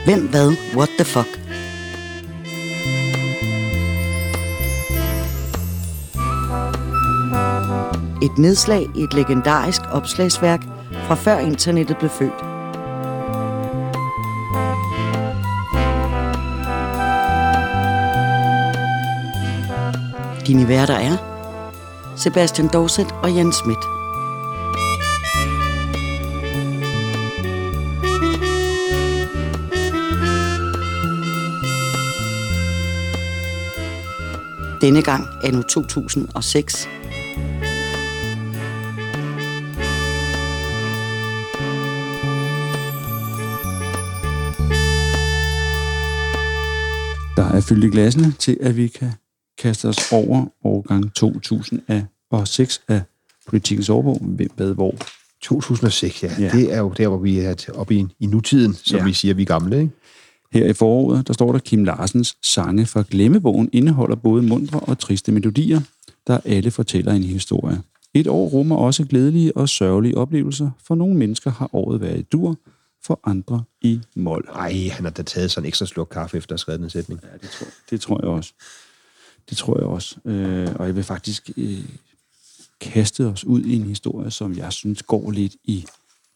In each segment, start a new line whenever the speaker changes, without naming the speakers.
Hvem, hvad, what the fuck? Et nedslag i et legendarisk opslagsværk fra før internettet blev født. Dine værter er Sebastian Dorset og Jens Schmidt. Denne gang anno 2006.
Der er fyldt i glassene til, at vi kan kaste os over årgang 2006 af Politikens Årbog. Hvem, hvad, hvor?
2006, ja. Det er jo der, hvor vi er oppe i nutiden, som vi siger, vi er gamle, ikke?
Her i foråret, der står der, Kim Larsens sange fra Glemmebogen indeholder både muntre og triste melodier, der alle fortæller en historie. Et år rummer også glædelige og sørgelige oplevelser. For nogle mennesker har året været i dur, for andre i mol.
Ej, han har da taget sådan en ekstra sluk kaffe efter at have skrevet den sætning.
Ja, det tror jeg også. Det tror jeg også. Og jeg vil faktisk kaste os ud i en historie, som jeg synes går lidt i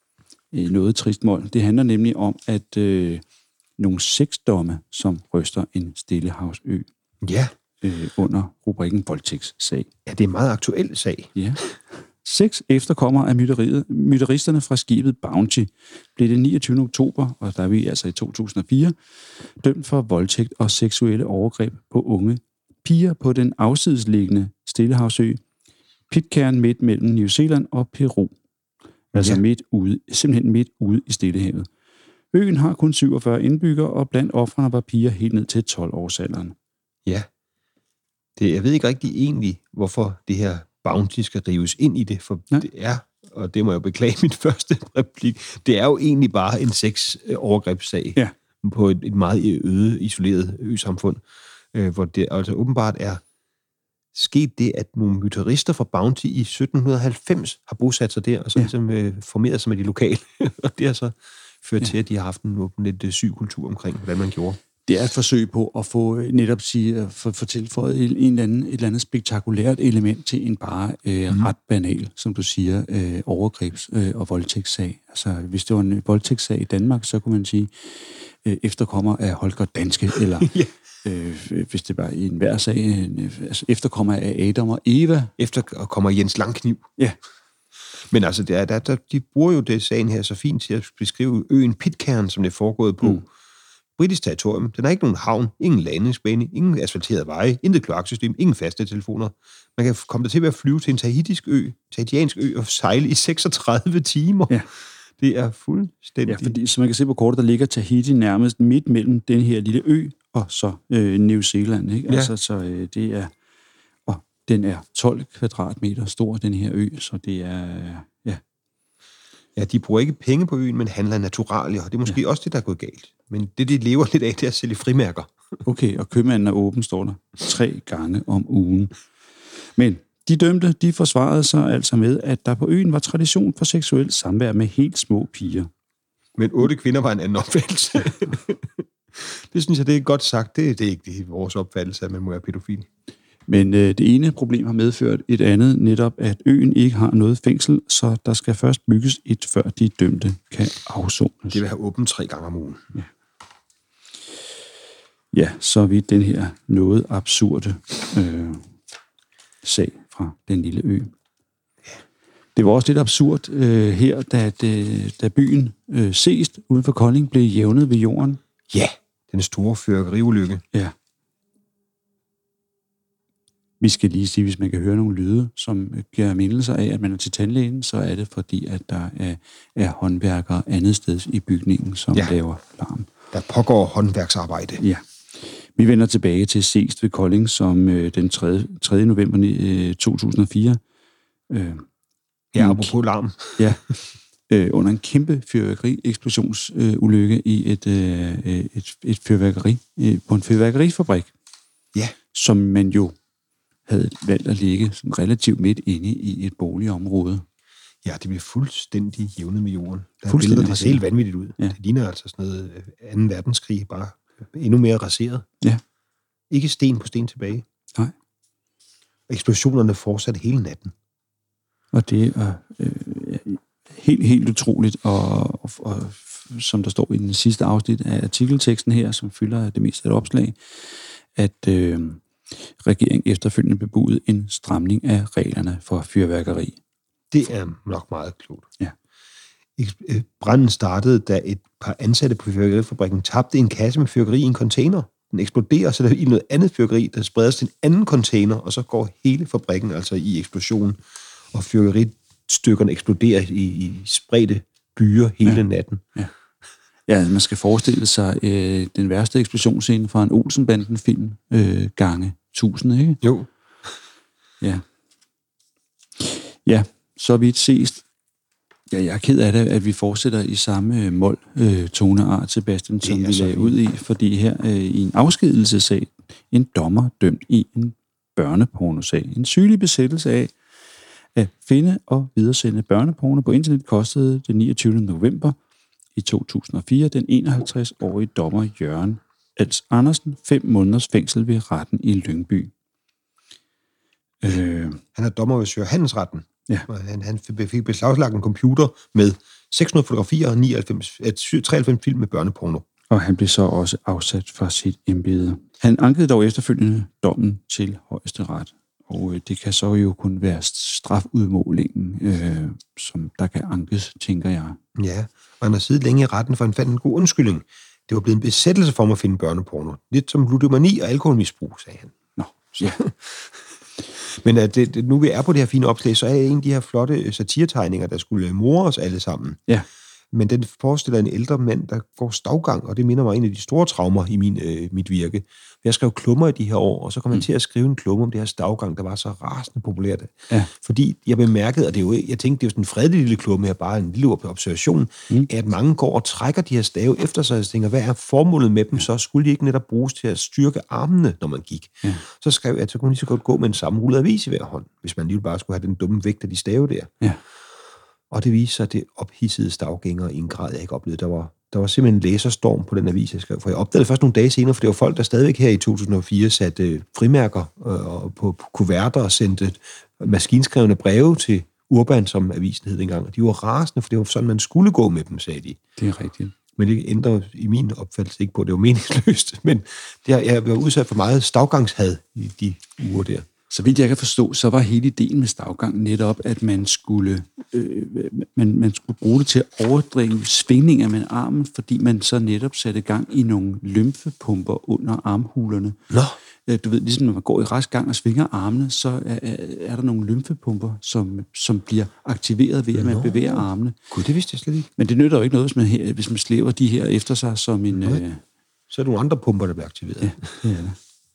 noget trist mål. Det handler nemlig om, at nogle sexdomme, som ryster en Stillehavsø under rubrikken voldtægtssag.
Ja, det er en meget aktuel sag.
Ja. 6 efterkommere af mytteristerne fra skibet Bounty blev den 29. oktober, og der er vi altså i 2004, dømt for voldtægt og seksuelle overgreb på unge piger på den afsidesliggende Stillehavsø, Pitcairn midt mellem New Zealand og Peru. Altså simpelthen midt ude i Stillehavet. Øen har kun 47 indbyggere, og blandt ofrene var piger helt ned til 12-årsalderen.
Ja. Jeg ved ikke rigtig egentlig, hvorfor det her Bounty skal rives ind i det, for det er, og det må jeg beklage min første replik, det er jo egentlig bare en overgrebssag på et meget isoleret øsamfund, hvor det altså åbenbart er sket det, at nogle mytterister fra Bounty i 1790 har bosat sig der, og så ligesom formeret sig med de lokale, og det har så ført til, at de har haft en lidt syg kultur omkring, hvordan man gjorde.
Det er et forsøg på at få få tilføjet et eller andet spektakulært element til en bare ret banal, som du siger, overgrebs- og voldtægtssag. Altså, hvis det var en voldtægtssag i Danmark, så kunne man sige efterkommer af Holger Danske, eller hvis det var i enhver sag, altså efterkommer af Adam og Eva.
Efterkommer Jens Langkniv.
Ja.
Men altså, de bruger jo det sagen her så fint til at beskrive øen Pitcairn, som det er foregået på britisk territorium. Den har ikke nogen havn, ingen landingsbane, ingen asfalterede veje, intet kloaksystem, ingen faste telefoner. Man kan komme der til at flyve til en tahitiansk ø og sejle i 36 timer. Ja. Det er fuldstændig...
Ja, fordi som man kan se på kortet, der ligger Tahiti nærmest midt mellem den her lille ø og så New Zealand, ikke? Ja. Altså, så det er... Og den er 12 kvadratmeter stor, den her ø, så det er...
Ja, de bruger ikke penge på øen, men handler naturalier, og det er måske også det, der er gået galt. Men det, de lever lidt af, det er at sælge frimærker.
Okay, og købmanden er åben, står der 3 gange om ugen. Men de dømte, de forsvarede sig altså med, at der på øen var tradition for seksuelt samvær med helt små piger.
Men 8 kvinder var en anden opfattelse. Det synes jeg, det er godt sagt. Det er ikke vores opfattelse, at man må være pædofil.
Men det ene problem har medført et andet, netop at øen ikke har noget fængsel, så der skal først bygges et, før de dømte kan afsones.
Det vil have åbent 3 gange om ugen.
Ja, så vidt den her noget absurde sag fra den lille ø. Det var også lidt absurd her, da byen Seest uden for Kolding blev jævnet ved jorden.
Ja, den store fyrværkeriulykke.
Ja. Vi skal lige sige, hvis man kan høre nogle lyde, som giver mindelser af, at man er til tandlægen, så er det fordi, at der er håndværkere andet sted i bygningen, som laver larm.
Der pågår håndværksarbejde.
Ja. Vi vender tilbage til Seest ved Kolding, som den 3. november 2004.
Apropos larm.
Ja. Under en kæmpe fyrværkeri-eksplosionsulykke i et fyrværkeri, på en fyrværkerifabrik.
Ja.
Som man jo havde valgt at ligge sådan relativt midt inde i et boligområde.
Ja, det bliver fuldstændig jævnet med jorden. Der er billeder, det ser helt vanvittigt ud. Ja. Det ligner altså sådan noget 2. verdenskrig, bare endnu mere raseret.
Ja.
Ikke sten på sten tilbage.
Nej.
Eksplosionerne fortsatte hele natten.
Og det er helt utroligt, og som der står i den sidste afsnit af artikelteksten her, som fylder det meste af et opslag, at regeringen efterfølgende bebudede en stramning af reglerne for fyrværkeri.
Det er nok meget klogt.
Ja.
Branden startede, da et par ansatte på fyrværkerifabrikken tabte en kasse med fyrværkeri i en container. Den eksploderer, så der er i noget andet fyrværkeri, der spredes til en anden container, og så går hele fabrikken altså i eksplosion, og fyrværkeristykkerne eksploderer i spredte byer hele natten.
Ja. Ja, man skal forestille sig den værste eksplosionsscene fra en Olsen-banden-film gange 1000, ikke?
Jo.
Ja. Ja, så vidt ses. Ja, jeg er ked af det, at vi fortsætter i samme toneart, Sebastian, som vi lagde ud i, fordi her i en afskedelsessag, en dommer dømt i en børnepornosag. En sygelig besættelse af at finde og videresende børneporno på internet kostede den 29. november i 2004 den 51-årige dommer Jørgen Als Andersen 5 måneders fængsel ved retten i Lyngby.
Han er dommer ved Sø- og Handelsretten.
Ja.
Han fik beslaglagt en computer med 600 fotografier og 93 film med børneporno.
Og han blev så også afsat fra sit embede. Han ankede dog efterfølgende dommen til højesteret. Og det kan så jo kun være strafudmålingen, som der kan ankes, tænker jeg.
Ja, og han har siddet længe i retten, for han fandt en god undskyldning. Det var blevet en besættelse for mig at finde børneporno. Lidt som ludomani og alkoholmisbrug, sagde han.
Nå, ja.
Men nu vi er på det her fine opslag, så er en af de her flotte satiretegninger, der skulle more os alle sammen.
Ja.
Men den forestiller en ældre mand, der går stavgang, og det minder mig en af de store traumer i mit virke. Jeg skrev klummer i de her år, og så kom jeg til at skrive en klumme om det her stavgang, der var så rasende populært.
Ja.
Fordi jeg bemærkede, og jeg tænkte, det er jo sådan en fredelig lille klumme her, bare en lille observation, at mange går og trækker de her stave efter sig, og tænker, hvad er formålet med dem? Så skulle de ikke netop bruges til at styrke armene, når man gik. Ja. Så skrev jeg, at så kunne man lige så godt gå med en sammenrullet avis i hver hånd, hvis man lige bare skulle have den dumme vægt af de stave der.
Ja.
Og det viste sig, at det ophidsede stavgængere i en grad, jeg ikke oplevede. Der var simpelthen en læserstorm på den avis, jeg skrev. For jeg opdagede først nogle dage senere, for det var folk, der stadigvæk her i 2004 satte frimærker på kuverter og sendte maskinskrevne breve til Urban, som avisen hed dengang. Og de var rasende, for det var sådan, man skulle gå med dem, sagde de.
Det er rigtigt.
Men det ændrer i min opfattelse ikke på, det var meningsløst. Men jeg var udsat for meget stavgangshad i de uger der.
Så vidt jeg kan forstå, så var hele ideen med stavgang netop, at man skulle, man skulle bruge det til at overdrive svingninger med armen, fordi man så netop satte gang i nogle lymfepumper under armhulerne.
Nå.
Du ved, ligesom når man går i rask gang og svinger armene, så er der nogle lymfepumper, som bliver aktiveret ved, at man bevæger armene.
Gud, det vidste jeg slet ikke.
Men det nytter jo ikke noget, hvis man slæver de her efter sig som en...
Så er der nogle andre pumper, der bliver aktiveret.
Ja, det er det.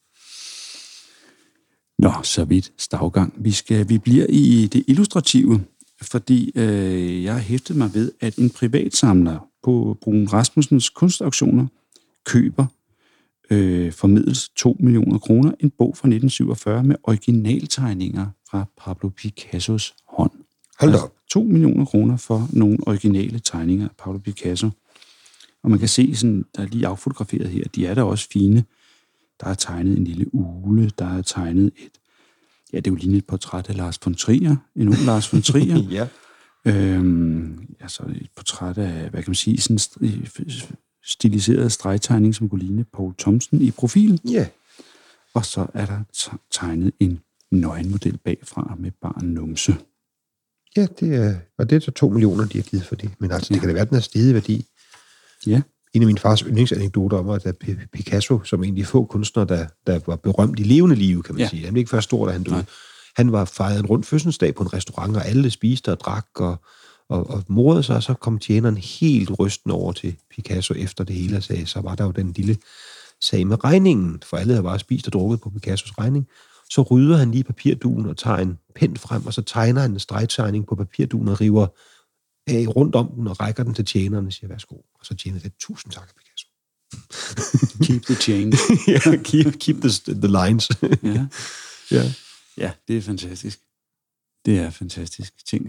Nå, så vidt stavgang. Vi bliver i det illustrative, fordi jeg har hæftet mig ved, at en privatsamler på Bruun Rasmussens kunstauktioner køber formidles 2 millioner kroner en bog fra 1947 med originaltegninger fra Pablo Picassos hånd.
Hold da op.
2 millioner kroner for nogle originale tegninger af Pablo Picasso. Og man kan se, sådan, der er lige affotograferet her, de er da også fine. Der er tegnet en lille ugle, der er tegnet det er jo lige et portræt af Lars von Trier, en ung Lars von Trier.
Ja.
Så et portræt af, hvad kan man sige, sådan stiliseret stregtegning, som kunne ligne Poul Thomsen i profil.
Ja.
Og så er der tegnet en nøgenmodel bagfra med barn numse.
Ja, det er så 2 millioner, de har givet for det. Men altså, det kan da være, den er steget værdi.
Ja.
En af min fars yndlingsanekdoter om, at Picasso, som egentlig få kunstnere, der var berømt i levende liv, kan man sige. Han blev ikke først stor, da han døde. Han var fejret en rund fødselsdag på en restaurant, og alle spiste og drak og morede sig, og så kom tjeneren helt rystende over til Picasso efter det hele og sagde, så var der jo den lille sag med regningen, for alle havde bare spist og drukket på Picassos regning. Så rydder han lige papirdugen og tager en pen frem, og så tegner han en stregtegning på papirdugen og river rundt om den og rækker den til tjeneren og siger, værsgo. Og så tjener det, 1000 tak, Picasso.
Keep the change.
Ja, keep the lines.
Ja, det er fantastisk. Det er fantastisk, tænker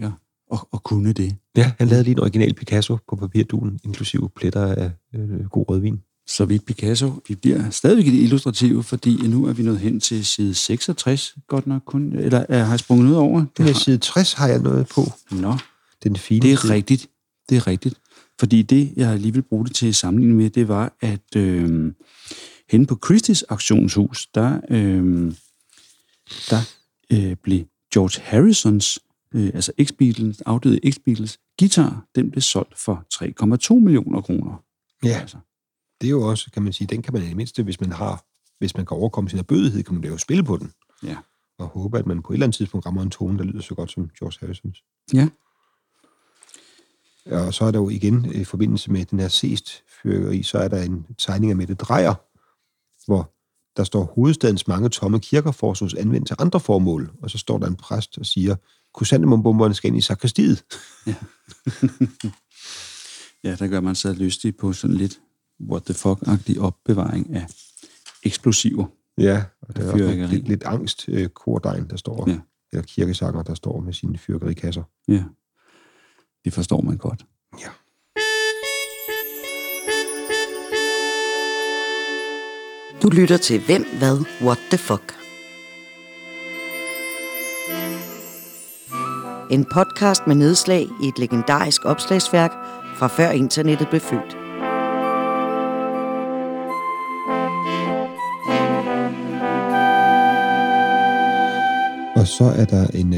at kunne det.
Ja, han lavede lige en original Picasso på papirdugen, inklusive pletter af god rødvin.
Så vidt Picasso. Vi bliver stadigvæk illustrative, fordi nu er vi nået hen til side 66, godt nok kun, eller har jeg sprunget ud over?
Det side 60 har jeg noget på.
Nå,
den fine
det er rigtigt. Det er rigtigt. Fordi det, jeg lige vil bruge det til sammenligning med, det var, at henne på Christie's auktionshus, der blev George Harrisons, altså afdøde X-Beatles guitar, den blev solgt for 3,2 millioner kroner.
Ja, altså. Det er jo også, kan man sige, den kan man i det mindste, hvis man kan overkomme sin erbødighed, kan man jo spille på den.
Ja.
Og håbe, at man på et eller andet tidspunkt rammer en tone, der lyder så godt som George Harrisons.
Ja.
Og så er der jo igen, i forbindelse med den her Seest-fyrværkeri, så er der en tegning af Mette Drejer, hvor der står, hovedstadens mange tomme kirker foreslås anvendt til andre formål. Og så står der en præst og siger, krysantemumbomberne skal ind i sakristiet.
Ja. Ja, der gør man sig lystig på sådan lidt what the fuck-agtig opbevaring af eksplosiver.
Ja, og der er også lidt angst kordegn, der står, ja. Eller kirkesanger, der står med sine fyrværkerikasser.
Ja, det forstår man godt.
Ja.
Du lytter til Hvem, Hvad, What the Fuck. En podcast med nedslag i et legendarisk opslagsværk fra før internettet blev født.
Og så er der en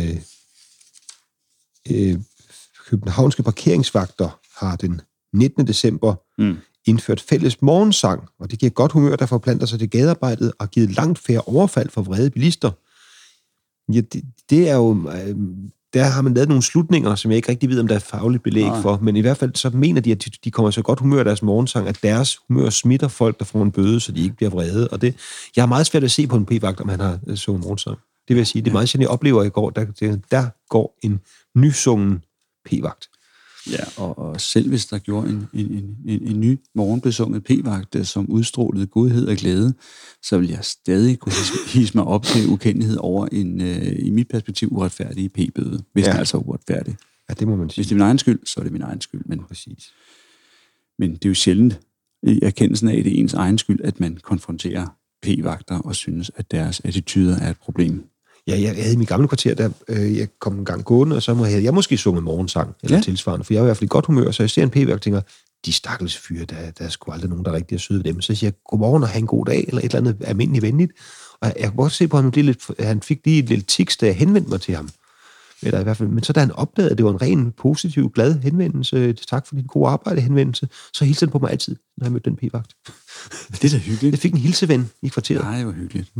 københavnske parkeringsvagter har den 19. december indført fælles morgensang, og det giver godt humør, der forplanter sig til gadearbejdet og givet langt færre overfald for vrede bilister. Ja, det er jo... Der har man lavet nogle slutninger, som jeg ikke rigtig ved, om der er fagligt belæg for, men i hvert fald så mener de, at de kommer så godt humør af deres morgensang, at deres humør smitter folk, der får en bøde, så de ikke bliver vrede. Og det, jeg har meget svært at se på en p-vagt, om han har sunget morgensang. Det vil jeg sige, det er meget sjældent, jeg oplever i går, der går en nysungen p-vagt.
Ja, og selv hvis der gjorde en ny morgenbesunget p-vagt, som udstrålede godhed og glæde, så vil jeg stadig kunne hisse mig op til ukendelighed over en, i mit perspektiv, uretfærdig p-bøde. Hvis det er altså uretfærdig.
Ja, det må man sige.
Hvis det er min egen skyld, så er det min egen skyld. Men,
præcis.
Men det er jo sjældent i erkendelsen af, at det er ens egen skyld, at man konfronterer p-vagter og synes, at deres attityder er et problem.
Ja, jeg havde i mit gamle kvarter, der jeg kom en gang gående, og så havde jeg måske sunget morgensang eller tilsvarende, for jeg var i hvert fald i godt humør, så jeg ser en p-vagt og tænker, de stakkels fyre, der er sgu aldrig nogen, der rigtig er søde ved dem. Så siger jeg, godmorgen og have en god dag, eller et eller andet almindeligt venligt. Og jeg kan godt se på ham, han fik lige et lille tiks, da jeg henvendte mig til ham. Eller i hvert fald, men så da han opdagede, at det var en ren, positiv, glad henvendelse, tak for din gode arbejde henvendelse, så hilste han på mig altid, når jeg mødte den p-vagt.
Det er da hyggeligt.
Jeg fik en hilseven i kvarteret.
Nej, det var hyggeligt.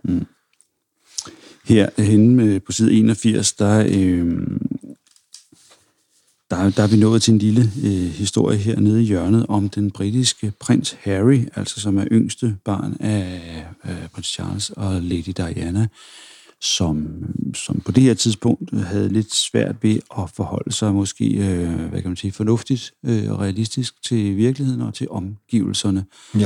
Her henne på side 81, der er vi nået til en lille historie her nede i hjørnet om den britiske prins Harry, altså som er yngste barn af prins Charles og Lady Diana, som på det her tidspunkt havde lidt svært ved at forholde sig måske, hvad kan man sige, fornuftigt og realistisk til virkeligheden og til omgivelserne.
Ja.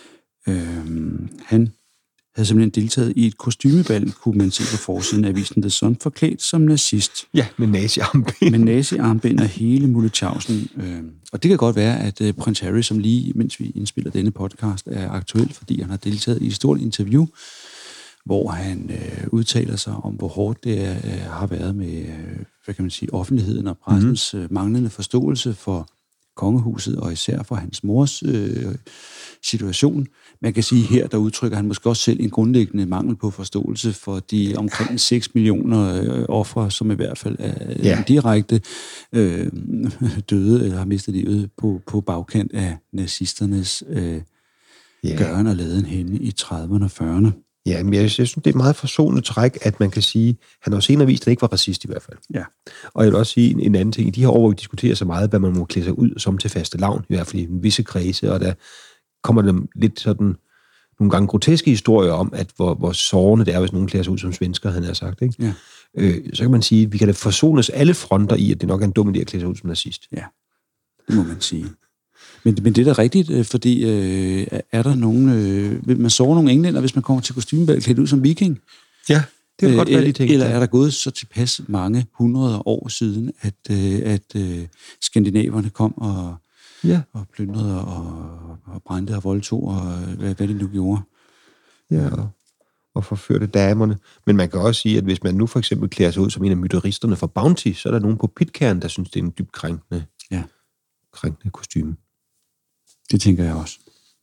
Han havde simpelthen deltaget i et kostymebal, kunne man se på forsiden af avisen The Sun, forklædt som nazist.
Ja, med nazi-armbind.
Med nazi-armbind og hele Mulletjavsen. Og det kan godt være, at prins Harry, som lige, mens vi indspiller denne podcast, er aktuel, fordi han har deltaget i et stort interview, hvor han udtaler sig om, hvor hårdt det har været med, hvad kan man sige, offentligheden og pressens manglende forståelse for kongehuset, og især for hans mors situation. Man kan sige her, der udtrykker han måske også selv en grundlæggende mangel på forståelse for de omkring 6 millioner ofre, som i hvert fald er direkte døde eller har mistet livet på bagkant af nazisternes gøren og laden henne i 30'erne og 40'erne.
Ja, men jeg synes, det er et meget forsonende træk, at man kan sige, han har jo senere vist, at han ikke var racist i hvert fald.
Ja.
Og jeg vil også sige en anden ting. I de her år, hvor vi diskuterer så meget, hvad man må klæde sig ud som til faste lavn, i hvert fald i en visse kredse, og der kommer der lidt sådan nogle gange groteske historier om, at hvor sårende det er, hvis nogen klæder sig ud som svensker, han har sagt, ikke?
Ja.
Så kan man sige, at vi kan da forsones alle fronter i, at det nok er en dum idé at klæde sig ud som nazist.
Ja, det må man sige. Men det er da rigtigt, fordi er der nogen... vil man såre nogle englænder, hvis man kommer til kostymebal klædt ud som viking?
Ja. Det kan godt være, de tænkte.
Eller er der gået så tilpas mange hundrede år siden, at skandinaverne kom og plyndrede og brændte og voldtog, og hvad de nu gjorde.
Ja, og forførte damerne. Men man kan også sige, at hvis man nu for eksempel klæder sig ud som en af mytteristerne fra Bounty, så er der nogen på Pitcairn, der synes, det er en dybt krænkende kostyme.
Det tænker jeg også.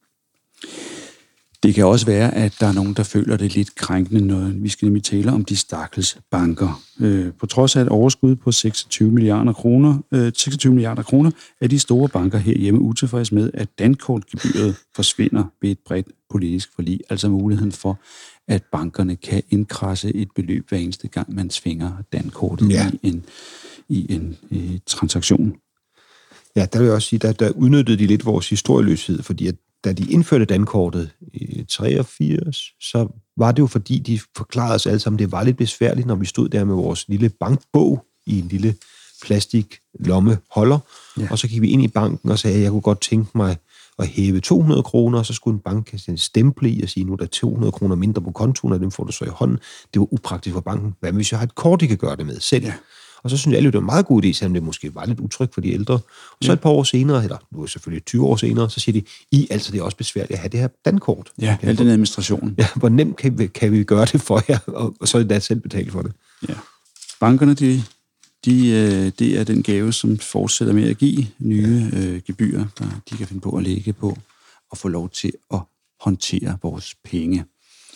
Det kan også være, at der er nogen, der føler det lidt krænkende, når vi skal nemlig tale om de stakkels banker. På trods af et overskud på 26 milliarder kroner, er de store banker herhjemme utilfredse med, at dankortgebyret forsvinder ved et bredt politisk forlig. Altså muligheden for, at bankerne kan indkrasse et beløb hver eneste gang, man svinger dankortet i en transaktion. Ja,
der vil jeg også sige, der udnyttede de lidt vores historieløshed, fordi at da de indførte dankortet i 83, så var det jo fordi, de forklarede os alle sammen, det var lidt besværligt, når vi stod der med vores lille bankbog i en lille plastiklommeholder, og så gik vi ind i banken og sagde, at jeg kunne godt tænke mig at hæve 200 kroner, og så skulle en bank stemple i og sige, nu er der 200 kroner mindre på kontoen, og dem får du så i hånden. Det var upraktisk for banken. Hvad hvis jeg har et kort, de kan gøre det med selv? Ja. Og så synes jeg, det var en meget god idé, selvom det måske var lidt utrygt for de ældre. Og så et par år senere, eller nu er selvfølgelig 20 år senere, så siger de, det er også besværligt at have det her dankort.
Ja, al den administration.
Ja, hvor nemt kan vi gøre det for jer, og så er det selv betale for det.
Ja. Bankerne, det er den gave, som fortsætter med at give nye gebyrer, der de kan finde på at lægge på, og få lov til at håndtere vores penge.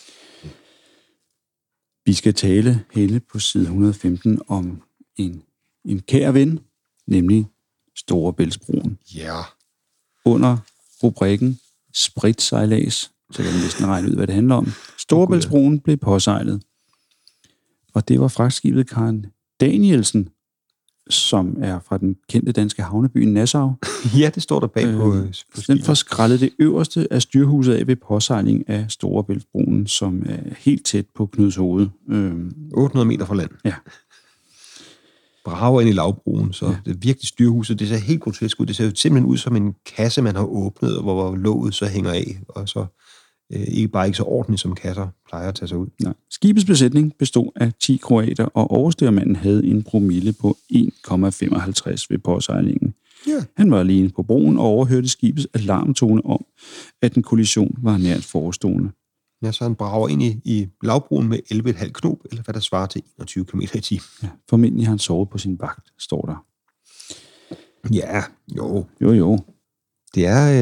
Vi skal tale hele på side 115 om en kær ven, nemlig Storebæltsbroen.
Ja.
Under rubrikken spritsejlads, så kan man næsten regne ud, hvad det handler om. Storebæltsbroen blev påsejlet, og det var fragtskibet Karen Danielsen, som er fra den kendte danske havneby Nassau.
Ja, det står der bag på
den får skrællet det øverste af styrhuset af ved påsejling af Storebæltsbroen, som er helt tæt på Knudshoved.
800 meter fra land.
Ja.
Brager ind i lavbroen, så det er virkelig styrhuset. Det ser helt grotesk ud. Det ser jo simpelthen ud som en kasse, man har åbnet, hvor låget så hænger af, og så ikke så ordentligt, som kasser plejer at tage sig ud.
Nej. Skibets besætning bestod af 10 kroater, og overstyrmanden havde en promille på 1,55 ved påsejlingen.
Ja.
Han var alene på broen og overhørte skibets alarmtone om, at en kollision var nært forestående.
Ja, så han brager ind i lavbroen med 11,5 knob, eller hvad der svarer til 21 km i timen.
Ja, formentlig har han sovet på sin vagt, står der.
Ja, jo.
Jo.
Det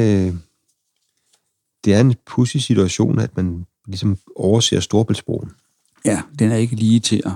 er en pudsig situation, at man ligesom overser Storebæltsbroen.
Ja, den er ikke lige til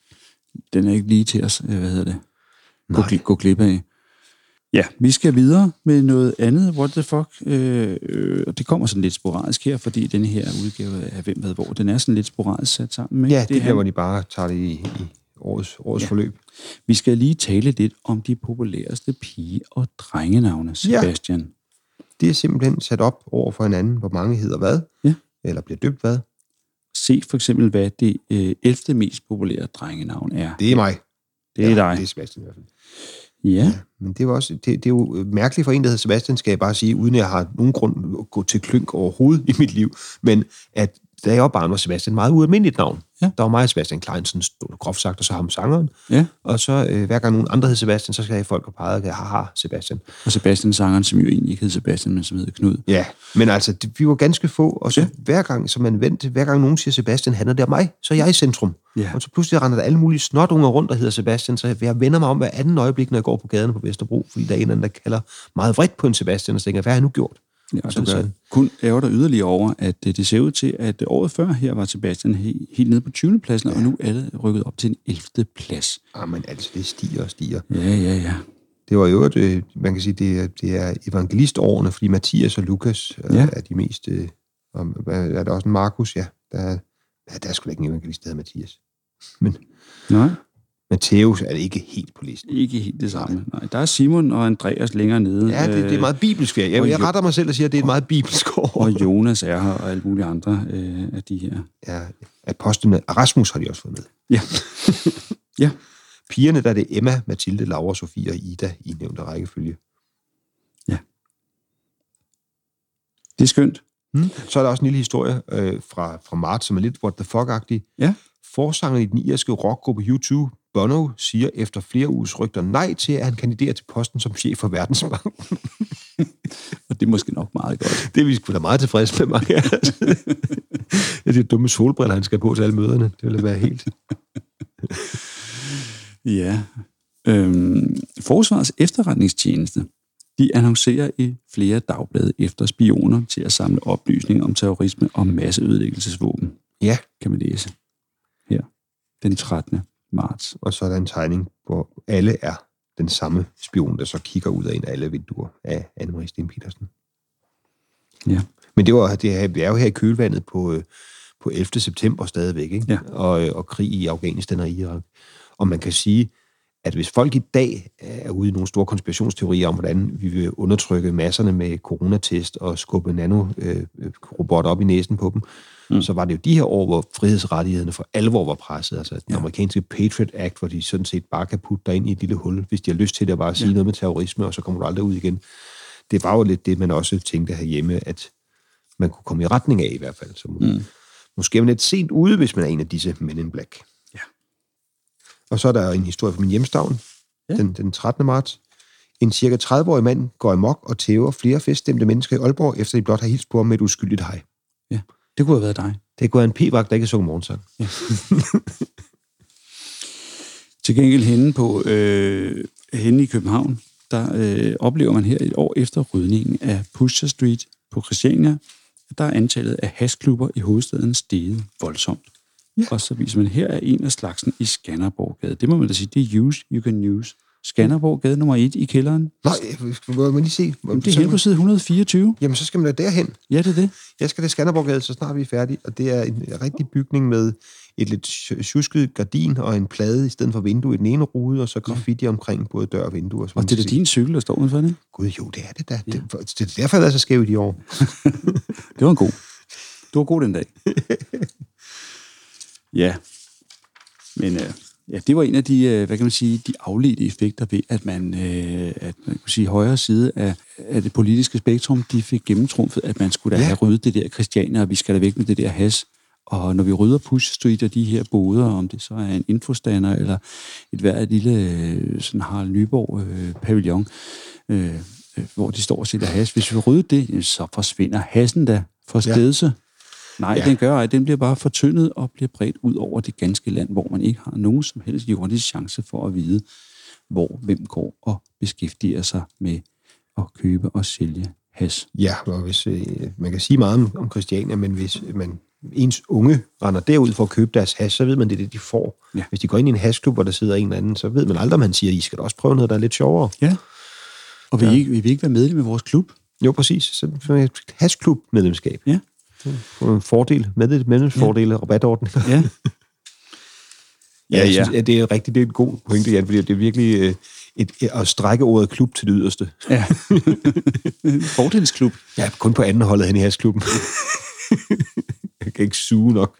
at gå glip af. Ja, vi skal videre med noget andet. What the fuck? Og det kommer sådan lidt sporadisk her, fordi den her udgave af Hvem ved hvor, den er sådan lidt sporadisk sat sammen. Ikke?
Ja, det er hvor de bare tager det i årets forløb.
Vi skal lige tale lidt om de populæreste pige- og drengenavne, Sebastian.
Ja. Det er simpelthen sat op over for hinanden, hvor mange hedder hvad, eller bliver døbt hvad.
Se for eksempel, hvad det 11. mest populære drengenavn er.
Det er mig.
Det er dig.
Det er Sebastian i hvert fald.
Ja.
Men det er jo mærkeligt for en, der hedder Sebastian, skal jeg bare sige, uden jeg har nogen grund at gå til klynk overhovedet i mit liv, men at da jeg var barn, var Sebastian meget ualmindeligt navn. Ja. Der var mig og Sebastian Kleinsen, groft sagt, og så ham sangeren. Ja. Og så hver gang nogen andre hed Sebastian, så skal jeg folk og pege, haha, Sebastian.
Og Sebastian sangeren, som jo egentlig ikke hed Sebastian, men som hed Knud.
Ja, men altså, vi var ganske få, og så hver gang nogen siger Sebastian, handler det om mig, så er jeg i centrum. Ja. Og så pludselig render der alle mulige snotunger rundt, der hedder Sebastian, så jeg vender mig om hver anden øjeblik, når jeg går på gaden på Vesterbro, fordi der er en eller anden, der kalder meget vredt på en Sebastian, og så tænker, hvad har jeg nu gjort?
Ja, og du kun ærger dig yderligere over, at det ser ud til, at året før her var Sebastian helt nede på 20. pladsen, og nu er det rykket op til en 11. plads.
Men altså, det stiger og stiger.
Ja.
Det var jo man kan sige, det er evangelistårene, fordi Mathias og Lukas er de mest... er der også en Markus? Ja, der er sgu da ikke en evangelist, der hedder Mathias. Men...
Nej.
Matthæus er det ikke helt på listen.
Ikke helt det samme. Nej, der er Simon og Andreas længere nede.
Ja, det er meget bibelsk. Jeg retter mig selv og siger, at det er et meget bibelsk år.
Og Jonas er her, og alle mulige andre af de her.
Ja, apostlene. Rasmus har de også fået med.
Ja. Ja.
Pigerne, der er det Emma, Mathilde, Laura, Sofie og Ida i nævnte rækkefølge.
Ja. Det er skønt.
Så er der også en lille historie fra marts, som er lidt what the fuck-agtig.
Ja.
Forsangeren i den irske rockgruppe U2, Bono, siger efter flere uges rygter nej til, at han kandiderer til posten som chef for Verdensbanken.
Og det er måske nok meget godt.
Det er vi sgu da meget tilfredse med, mange af os. Det er de dumme solbriller, han skal på til alle møderne. Det vil være helt...
Ja. Forsvarets efterretningstjeneste, de annoncerer i flere dagblade efter spioner til at samle oplysninger om terrorisme og masseødelæggelsesvåben.
Ja.
Kan man læse her den 13. marts.
Og så er der en tegning, hvor alle er den samme spion, der så kigger ud af en af alle vinduer af Anne-Marie Steen Petersen.
Ja.
Men det er jo her i kølvandet på 11. september stadigvæk, ikke?
Ja.
Og krig i Afghanistan og Irak. Og man kan sige, at hvis folk i dag er ude i nogle store konspirationsteorier om, hvordan vi vil undertrykke masserne med coronatest og skubbe nanorobotter op i næsen på dem, så var det jo de her år, hvor frihedsrettighederne for alvor var presset. Altså den amerikanske Patriot Act, hvor de sådan set bare kan putte dig ind i et lille hul, hvis de har lyst til det at bare sige noget med terrorisme, og så kommer du aldrig ud igen. Det var jo lidt det, man også tænkte herhjemme, at man kunne komme i retning af i hvert fald. Så måske er man lidt sent ude, hvis man er en af disse Men in Black.
Ja.
Og så er der en historie fra min hjemstavn, den 13. marts. En cirka 30-årig mand går amok og tæver flere feststemte mennesker i Aalborg, efter de blot har hilst på ham med et uskyldigt hej.
Ja, det kunne have været dig.
Det kunne være en p-vagt, der ikke så morgensang. Ja.
Til gengæld henne i København, der oplever man her et år efter rydningen af Pusher Street på Christiania, der er antallet af hashklubber i hovedstaden steget voldsomt. Ja. Og så viser man, her er en af slagsen i Skanderborggade. Det må man da sige, det er use, you can use. Skanderborggade nummer 1 i kælderen.
Nej, må man lige se.
Jamen, det er hen på side 124.
Jamen, så skal man da derhen.
Ja, det er det.
Jeg skal til Skanderborggade, så snart vi er færdige. Og det er en rigtig bygning med et lidt tjusket gardin og en plade i stedet for vindue i den ene rude, og så graffiti omkring både dør og vinduer.
Og det er da din cykel, der står udenfor det?
Gud, jo, det er det da. Ja. Det er derfor, jeg er så skæv i de år.
Det var en god. Du var god den dag. Ja. Men det var en af de, hvad kan man sige, de afledte effekter ved, at man kunne sige, højre side af det politiske spektrum, de fik gennemtrumfet, at man skulle da have ryddet det der Christiania, og vi skal da væk med det der hash. Og når vi rydder Push Street og de her boder, om det så er en infostander eller et lille sådan Harald Nyborg pavillon, hvor de står og sætter hash. Hvis vi rydder det, så forsvinder hassen da fra stedet. Ja. Nej, den gør ej. Den bliver bare fortyndet og bliver bredt ud over det ganske land, hvor man ikke har nogen som helst jordisk chance for at vide, hvem går og beskæftiger sig med at købe og sælge hash.
Ja, og hvis man kan sige meget om Christiania, men hvis ens unge render derud for at købe deres hash, så ved man, det er det, de får. Ja. Hvis de går ind i en hashklub, hvor der sidder en eller anden, så ved man aldrig, om han siger, I skal da også prøve noget, der er lidt sjovere.
Ja, og vil I ikke være medlem i vores klub?
Jo, præcis. Så et hashklub-medlemskab.
Ja.
En fordel, medlemsfordele, rabatordninger.
Ja.
Jeg synes, at det er rigtig, det er en god pointe, Jan, fordi det er virkelig at strække ordet klub til det yderste.
Ja. Fordelsklub.
Ja, kun på anden holdet hen i hashklubben. Jeg kan ikke suge nok.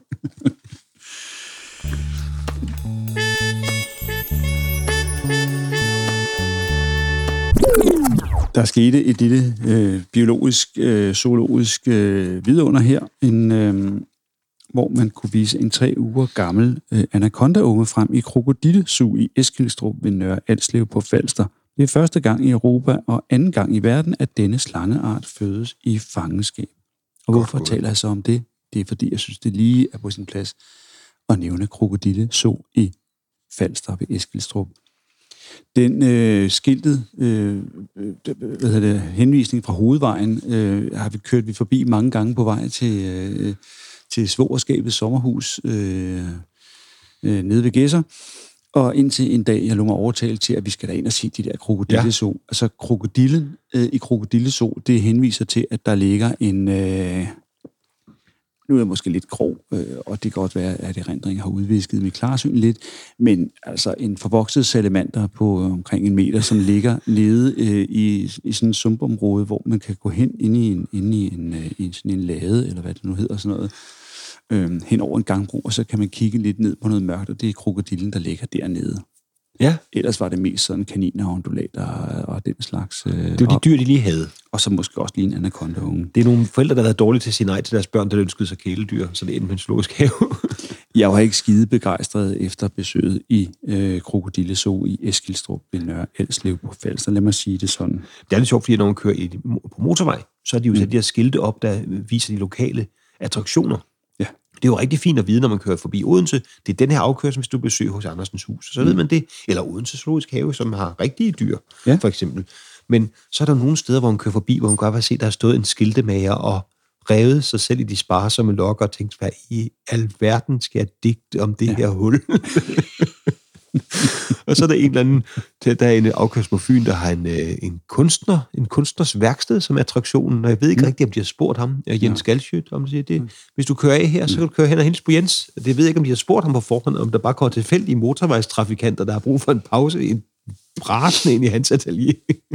Der skete et lille biologisk, zoologisk vidunder her, hvor man kunne vise en 3 uger gammel anacondaunge frem i krokodillezoo i Eskilstrup ved Nørre Alslev på Falster. Det er første gang i Europa og anden gang i verden, at denne slangeart fødes i fangenskab. Og hvorfor taler jeg så om det? Det er fordi, jeg synes, det lige er på sin plads at nævne krokodillezoo i Falster ved Eskilstrup. Den skiltet henvisning fra hovedvejen har vi kørt forbi mange gange på vej til svogerskabets sommerhus nede ved Gæsser. Og indtil en dag, jeg lå mig overtale til, at vi skal da ind og se de der krokodillezoo. Ja. Altså krokodillen i krokodillezoo, det henviser til, at der ligger en... Nu er jeg måske lidt grov, og det kan godt være, at erindringen har udvisket mit klarsyn lidt, men altså en forvokset salamander på omkring 1 meter, som ligger nede i sådan en sumpområde, hvor man kan gå hen inde i sådan en lade, eller hvad det nu hedder, sådan noget, hen over en gangbro, og så kan man kigge lidt ned på noget mørkt, og det er krokodillen, der ligger dernede. Ja. Ellers var det mest sådan kaniner og undulater og den slags.
Det var de dyr, de lige havde.
Og så måske også lige en anacondaunge.
Det er nogle forældre, der har været dårlige til at sige nej til deres børn, der ønskede sig kæledyr, så det endte med en zoologisk have.
Jeg var ikke skide begejstret efter besøget i Krokodille Zoo i Eskilstrup ved Nørre Alslev på Falster. Lad mig sige det sådan.
Det er lidt sjovt, fordi når man kører på motorvej, så er de jo sat de her skilte op, der viser de lokale attraktioner.
Ja.
Det er jo rigtig fint at vide, når man kører forbi Odense. Det er den her afkørsel, hvis du besøger hos Andersens Hus. Så ved man det. Eller Odense Zoologisk Have, som har rigtige dyr, for eksempel. Men så er der nogle steder, hvor man kører forbi, hvor man godt kan se, der har stået en skiltemager og revet sig selv i de sparsomme lokker og tænkt, hvad i alverden skal jeg digte om det her hul? Og så er der en eller anden, der er en afkørsel på Fyn, der har en kunstners værksted som attraktionen, og jeg ved ikke rigtig, om de har spurgt ham, Jens Galschiøt, om siger det. Hvis du kører af her, så kan du køre hen og hilse på Jens. Det ved jeg ikke, om de har spurgt ham på forhånd, om der bare kommer tilfældige motorvejstrafikanter, der har brug for en pause, en brasende ind i hans atelier.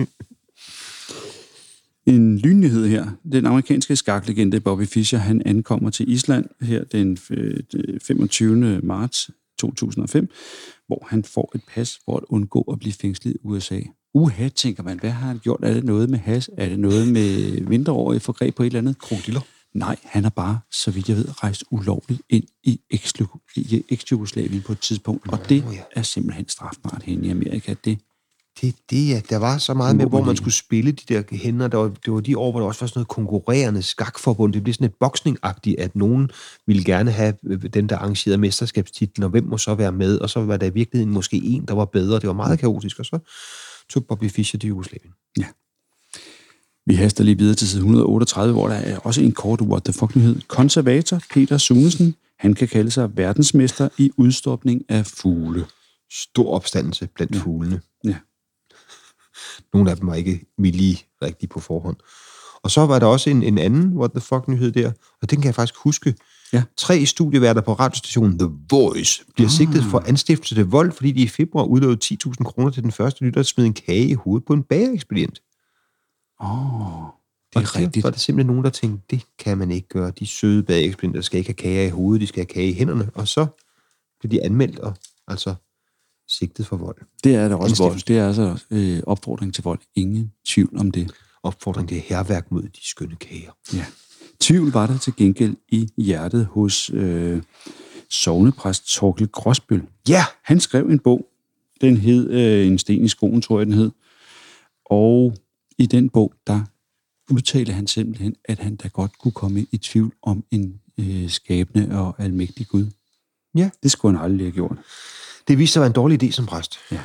En lynnyhed her. Den amerikanske skaklegende Bobby Fischer, han ankommer til Island her den 25. marts 2005, hvor han får et pas for at undgå at blive fængslet i USA. Uha, tænker man, hvad har han gjort? Er det noget med has? Er det noget med mindreårige forgreb på et eller andet?
Krokodiller?
Nej, han har bare, så vidt jeg ved, rejst ulovligt ind i eks-Jugoslavien på et tidspunkt, og det er simpelthen strafbart hen i Amerika.
Der var så meget med, hvor man skulle spille de der hænder. Det var de år, hvor der også var sådan noget konkurrerende skakforbund. Det blev sådan et boksning-agtigt, at nogen ville gerne have den, der arrangerede mesterskabstitlen, og hvem må så være med, og så var der i virkeligheden måske en, der var bedre. Det var meget kaotisk, og så tog Bobby Fischer til Jugoslavien.
Ja. Vi haster lige videre til side 138, hvor der er også en kort what the fuck-nyhed. Konservator Peter Sunesen, han kan kalde sig verdensmester i udstopning af fugle.
Stor opstandelse blandt fuglene.
Ja.
Nogle af dem var ikke millige rigtigt på forhånd. Og så var der også en anden what the fuck-nyhed der, og den kan jeg faktisk huske.
Ja.
3 studieværter på radiostationen The Voice bliver sigtet for anstiftelse til vold, fordi de i februar udlovede 10.000 kroner til den første lytter, der smed en kage i hovedet på en bagerekspedient.
Det er rigtigt.
Så var der simpelthen nogen, der tænkte, det kan man ikke gøre. De søde bagerekspedienter skal ikke have kage i hovedet, de skal have kage i hænderne. Og så blev de anmeldt og altså sigtet for vold.
Det er der også vold. Det er altså opfordring til vold. Ingen tvivl om det.
Opfordring til hærværk mod de skønne kager.
Ja. Tvivl var der til gengæld i hjertet hos sognepræst Torkel Gråsbøl.
Ja!
Han skrev en bog. Den hed En sten i skoen, tror jeg den hed. Og i den bog, der udtalte han simpelthen, at han da godt kunne komme i tvivl om en skabende og almægtig Gud.
Ja.
Det skulle han aldrig have gjort.
Det viste sig at være en dårlig idé som præst.
Ja.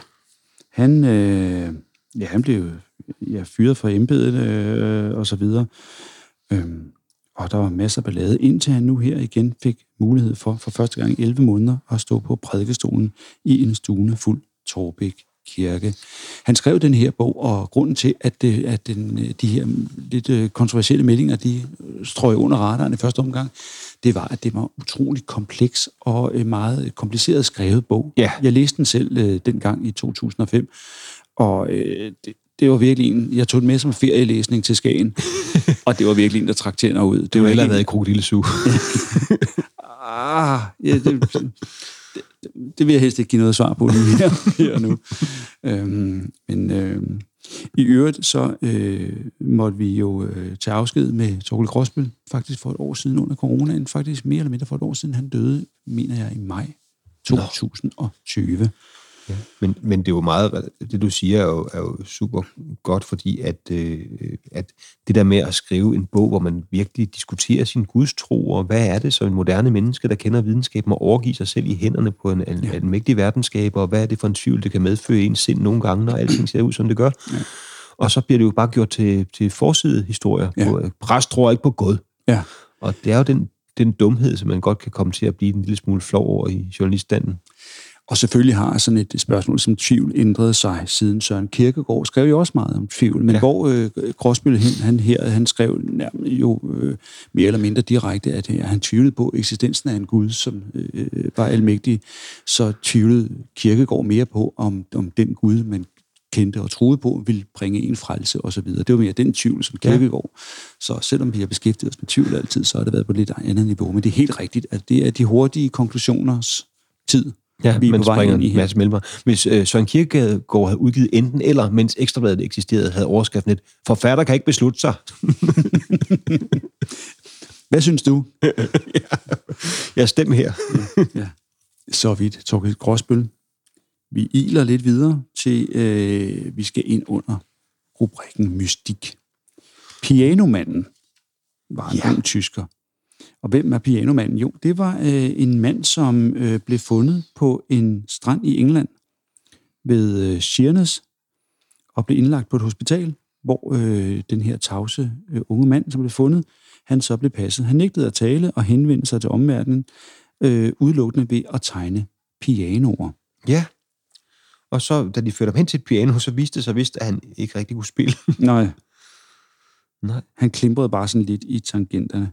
Han blev fyret fra embedet og så videre. Og der var masser af ballade, indtil han nu her igen fik mulighed for første gang i 11 måneder at stå på prædikestolen i en stue fuld Torbæk Kirke. Han skrev den her bog, og grunden til, at de her lidt kontroversielle meldinger, de strøg under radaren i første omgang, det var, at det var utroligt kompleks og meget kompliceret skrevet bog.
Ja.
Jeg læste den selv dengang i 2005, og det var virkelig en, jeg tog den med som ferielæsning til Skagen, og det var virkelig en, der trak tænder ud.
Det var heller været i Krokodille Zoo.
Det vil jeg helst ikke give noget svar på lige her nu. I øvrigt så måtte vi jo tage afsked med Torkel Gråsbøl faktisk for et år siden under coronaen. Faktisk mere eller mindre for et år siden. Han døde, mener jeg, i maj 2020.
Ja. Men det er jo meget, det du siger er jo super godt, fordi at det der med at skrive en bog, hvor man virkelig diskuterer sin gudstro, og hvad er det som en moderne menneske, der kender videnskaben, og overgiver sig selv i hænderne på en mægtig verdensskaber, og hvad er det for en tvivl, det kan medføre i ens sind nogle gange, når alting ser ud, som det gør. Ja. Og så bliver det jo bare gjort til forsidehistorier. Ja. Præst tror ikke på Gud.
Ja.
Og det er jo den dumhed, som man godt kan komme til at blive en lille smule flov over i journaliststanden.
Og selvfølgelig har sådan et spørgsmål som tvivl ændret sig siden Søren Kierkegaard skrev jo også meget om tvivl, men hvor Gråsbøl han skrev jo mere eller mindre direkte, at han tvivlede på eksistensen af en Gud, som var almægtig, så tvivlede Kierkegaard mere på, om den Gud, man kendte og troede på, ville bringe en frelse osv. Det var mere den tvivl, som Kierkegaard. Så selvom vi har beskæftiget os med tvivl altid, så har det været på et lidt andet niveau. Men det er helt rigtigt, at det er de hurtige konklusioners tid.
Ja, man springer en masse mellemrum. Hvis Søren Kierkegaard havde udgivet enten eller, mens Ekstrabladet eksisterede, havde overskriften et forfatter kan ikke beslutte sig.
Hvad synes du?
Jeg stemmer her.
Ja. Så vidt, Torkild Gråsbøl. Vi iler lidt videre til, vi skal ind under rubrikken Mystik. Pianomanden var en ung tysker. Og hvem er pianomanden? Jo, det var en mand, som blev fundet på en strand i England ved Sheerness og blev indlagt på et hospital, hvor den her tavse unge mand, som blev fundet, han så blev passet. Han nægtede at tale og henvendte sig til omverdenen udelukkende ved at tegne pianoer.
Ja, og så da de førte ham hen til et piano, så viste det sig vist, at han ikke rigtig kunne spille.
Nej. Han klimprede bare sådan lidt i tangenterne.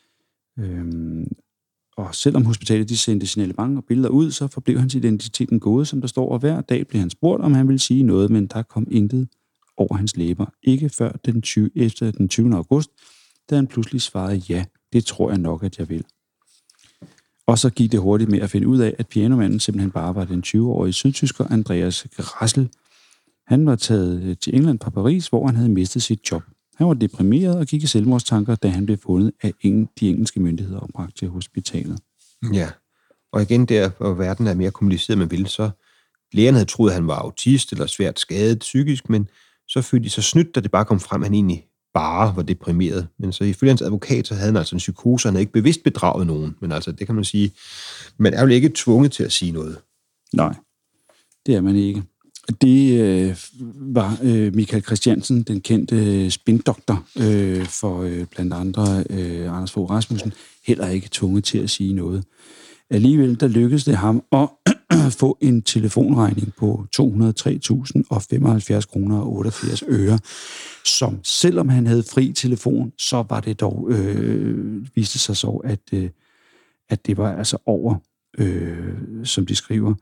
Og selvom hospitalet de sendte signalement og billeder ud, så forblev hans identitet en gåde, som der står, og hver dag blev han spurgt, om han ville sige noget, men der kom intet over hans læber. Ikke før efter den 20. august, da han pludselig svarede, ja, det tror jeg nok, at jeg vil. Og så gik det hurtigt med at finde ud af, at pianomanden simpelthen bare var den 20-årige sydtysker Andreas Grassel. Han var taget til England fra Paris, hvor han havde mistet sit job. Han var deprimeret og gik i selvmordstanker, da han blev fundet af de engelske myndigheder og bragt til hospitalet.
Ja, og igen der, hvor verden er mere kompliceret, man vil, så lægerne havde troet, at han var autist eller svært skadet psykisk, men så følte de sig snydt, da det bare kom frem, at han egentlig bare var deprimeret. Men så ifølge hans advokat, så havde han altså en psykose, han havde ikke bevidst bedraget nogen. Men altså, det kan man sige, man er jo ikke tvunget til at sige noget.
Nej, det er man ikke. Det var Michael Christiansen, den kendte spindoktor for blandt andre Anders Fogh Rasmussen, heller ikke tvunget til at sige noget. Alligevel, der lykkedes det ham at få en telefonregning på 203.075 kroner og 88 øre, som selvom han havde fri telefon, så var det dog, viste sig så, at det var altså over, som de skriver,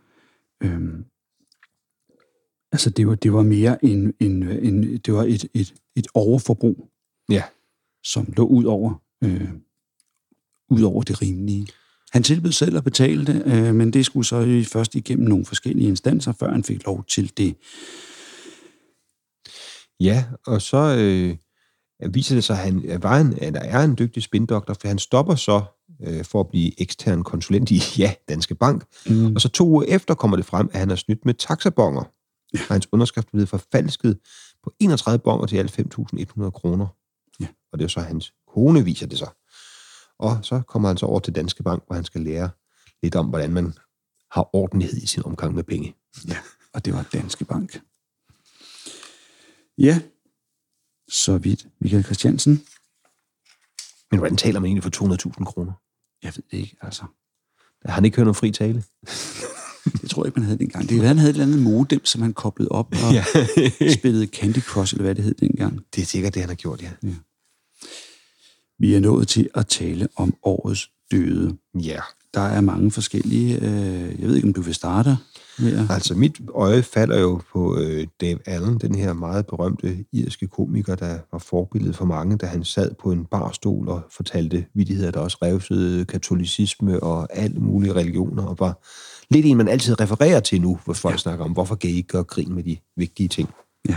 altså det var mere en det var et overforbrug,
ja,
som lå ud over det rimelige. Han tilbød selv at betale det, men det skulle så først igennem nogle forskellige instanser, før han fik lov til det.
Ja, og så viser det sig, at han er en dygtig spindoktor, for han stopper så for at blive ekstern konsulent i Danske Bank. Og så 2 uger efter kommer det frem, at han har snydt med taxabonger. Ja. Hans underskrift blev forfalsket på 31 bonger til alt 5.100 kroner. Ja. Og det er så hans kone, viser det sig. Og så kommer han så over til Danske Bank, hvor han skal lære lidt om, hvordan man har ordentlighed i sin omgang med penge.
Ja, og det var Danske Bank. Ja, så vidt Michael Christiansen.
Men hvordan taler man egentlig for 200.000 kroner?
Jeg ved det ikke, altså.
Har han ikke hørt nogen fri tale?
Jeg tror ikke, man havde det engang. Det var, han havde et eller andet modem, som han koblede op og spillede Candy Crush, eller hvad det hed dengang.
Det er sikkert det, han har gjort, ja.
Vi er nået til at tale om årets døde.
Ja.
Der er mange forskellige. Jeg ved ikke, om du vil starte med.
Altså, mit øje falder jo på Dave Allen, den her meget berømte irske komiker, der var forbilledet for mange, da han sad på en barstol og fortalte vittigheder, der også revsede katolicisme og alle mulige religioner, og var lidt en, man altid refererer til nu, hvor folk snakker om, hvorfor kan I ikke gøre grin med de vigtige ting? Ja.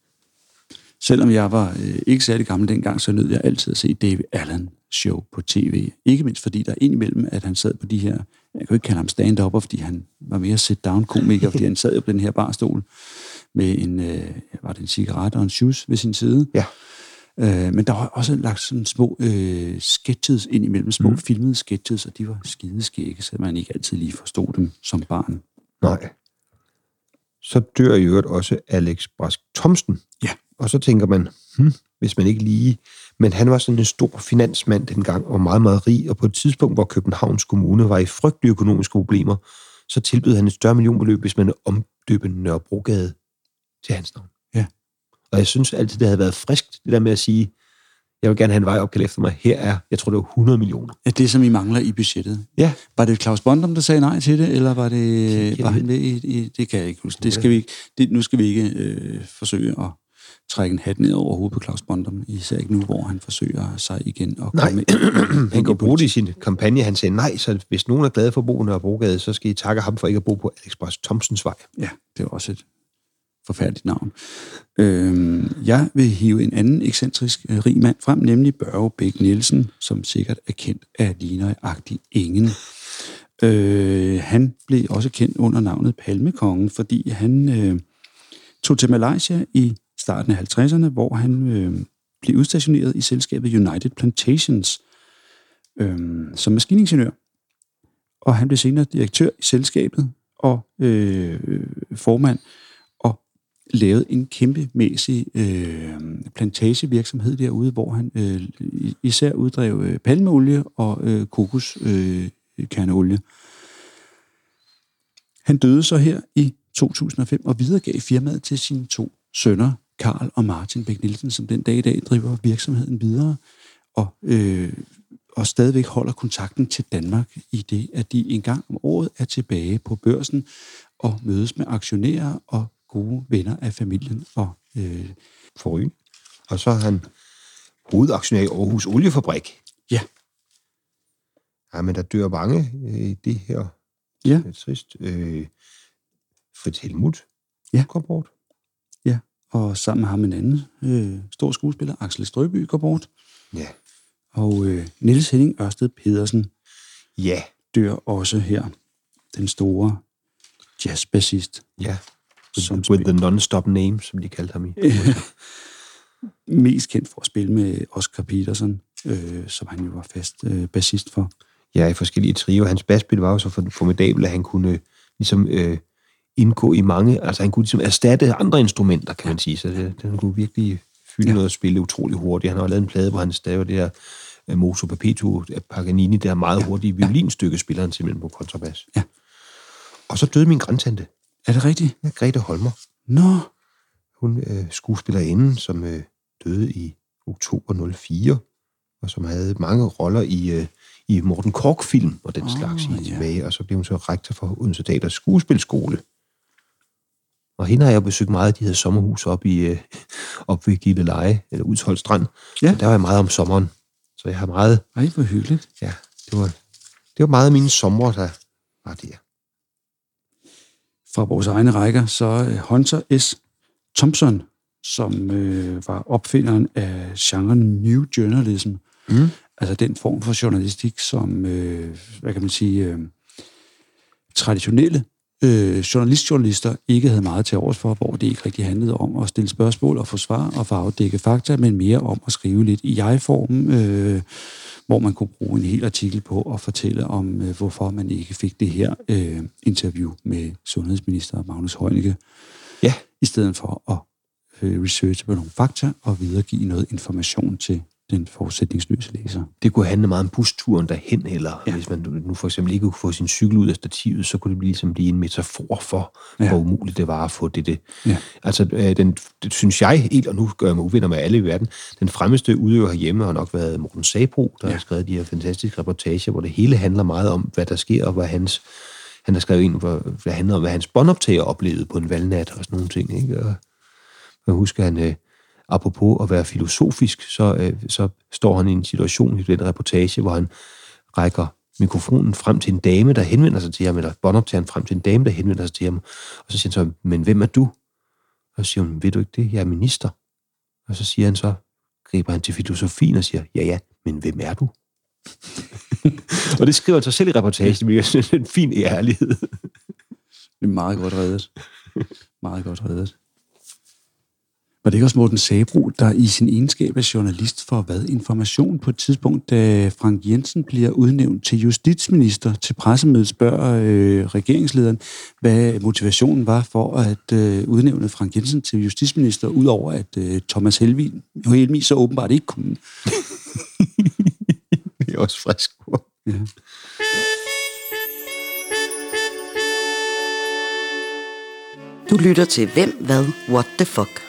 Selvom jeg var ikke særlig gammel dengang, så nød jeg altid at se Dave Allen show på tv. Ikke mindst fordi der indimellem, at han sad på de her, jeg kan jo ikke kalde ham stand-upper, fordi han var mere sit-down-komiker, fordi han sad jo på den her barstol med en cigaret og en shoes ved sin side. Ja. Men der var også lagt sådan små sketches indimellem, små filmede sketches, og de var skideskægge, så man ikke altid lige forstod dem som barn.
Nej. Så dør i øvrigt også Alex Brask Thomsen. Ja. Og så tænker man, hvis man ikke lige... Men han var sådan en stor finansmand dengang, og meget, meget rig, og på et tidspunkt, hvor Københavns Kommune var i frygtelige økonomiske problemer, så tilbød han et større millionbeløb, hvis man omdøbte Nørrebrogade til hans navn. Ja. Og jeg synes altid, det havde været friskt, det der med at sige, jeg vil gerne have en vej opkaldt efter mig. Her er, jeg tror, det var 100 millioner.
Ja, det som I mangler i budgettet. Ja. Var det Claus Bondum, der sagde nej til det, eller var han med i det kan jeg ikke huske. Det skal vi ikke, nu skal vi ikke forsøge at trække en hat ned over hovedet på Claus Bondum, især ikke nu, hvor han forsøger sig igen at komme ind.
Han kan bruge det i sin kampagne. Han sagde nej, så hvis nogen er glade for at bo i Nørrebrogade, så skal I takke ham for ikke at bo på Alex Brask Thomsens vej.
Ja, det er også et forfærdeligt navn. Jeg vil hive en anden ekscentrisk rig mand frem, nemlig Børge Bæk Nielsen, som sikkert er kendt af lige nøjagtigt ingen. Han blev også kendt under navnet Palmekongen, fordi han tog til Malaysia i starten af 50'erne, hvor han blev udstationeret i selskabet United Plantations som maskiningeniør. Og han blev senere direktør i selskabet og formand, og lavede en kæmpemæssig plantagevirksomhed derude, hvor han især uddrev palmeolie og kokoskerneolie. Han døde så her i 2005 og videregav firmaet til sine 2 sønner, Karl og Martin Bæk Nielsen, som den dag i dag driver virksomheden videre, og stadigvæk holder kontakten til Danmark i det, at de en gang om året er tilbage på børsen og mødes med aktionærer og gode venner af familien.
Forrygende. Og så er han hovedaktionær i Aarhus Oliefabrik.
Ja.
Ja, men der dør mange i det her.
Ja.
Det er trist. Fritz Helmuth går bort.
Ja, og sammen med ham en anden stor skuespiller, Axel Strøby, går bort.
Ja.
Og Niels Henning Ørsted Pedersen dør også her. Den store jazzbassist.
Ja, with the non-stop name, som de kaldte ham i.
Mest kendt for at spille med Oscar Peterson, som han jo var fast bassist for.
Ja, i forskellige trio. Hans basspil var jo så formidabel, at han kunne ligesom indgå i mange, altså han kunne ligesom erstatte andre instrumenter, kan man sige. Så han kunne virkelig fylde noget og spille utrolig hurtigt. Han har lavet en plade, hvor han staver det her Moto Perpetuo af Paganini, det her meget hurtige violinstykke, spiller han simpelthen på kontrabas.
Ja.
Og så døde min grandtante.
Er det rigtigt?
Ja, Grete Holmer.
Nå.
Hun skuespillerinde, som døde i oktober 04, og som havde mange roller i Morten Korch-film og den slags tilbage, og så blev hun så rektor for Odense Teaters skuespilskole. Og hende har jeg besøgt meget, de havde sommerhus op ved Gilleleje, eller Udsholt Strand. Ja. Der var jeg meget om sommeren. Så jeg har meget...
Ej, hvor hyggeligt.
Ja, det var meget af mine sommer, der var der.
Fra vores egne rækker, så Hunter S. Thompson, som var opfinderen af genren New Journalism. Altså den form for journalistik, som, hvad kan man sige, traditionelle journalister ikke havde meget til overs for, hvor det ikke rigtig handlede om at stille spørgsmål og få svar og få afdække fakta, men mere om at skrive lidt i jeg-formen, hvor man kunne bruge en hel artikel på at fortælle om, hvorfor man ikke fik det her interview med sundhedsminister Magnus Heunicke, i stedet for at researche på nogle fakta og videregive noget information til den forudsætningsløse læser.
Det kunne handle meget om busturen derhen, eller hvis man nu for eksempel ikke kunne få sin cykel ud af stativet, så kunne det ligesom blive en metafor for, hvor umuligt det var at få det. Ja. Altså, det synes jeg, og nu gør jeg mig uvenner med alle i verden, den fremmeste udøver herhjemme har nok været Morten Sabro, der har skrevet de her fantastiske reportager, hvor det hele handler meget om, hvad der sker, og hvad han har skrevet en, hvad handler om, hvad hans båndoptager oplevede på en valgnat og sådan nogle ting, ikke? Og jeg husker, han apropos at være filosofisk, så står han i en situation i den reportage, hvor han rækker mikrofonen frem til en dame, der henvender sig til ham, eller båndoptageren frem til en dame, der henvender sig til ham, og så siger han så, men hvem er du? Og så siger hun, ved du ikke det? Jeg er minister. Og så siger han så, griber han til filosofien og siger, ja, men hvem er du? Og det skriver han så selv i reportagen, men jeg synes, det er en fin ærlighed.
Det er meget godt reddet. Meget godt reddet. Var det ikke også Morten Sabro, der i sin egenskab af journalist for information på et tidspunkt, da Frank Jensen bliver udnævnt til justitsminister, til pressemødet spørger regeringslederen, hvad motivationen var for at udnævne Frank Jensen til justitsminister, udover at Thomas Helmig så åbenbart ikke kunne.
Det er også frisk ord. Ja.
Du lytter til Hvem, Hvad, What the Fuck?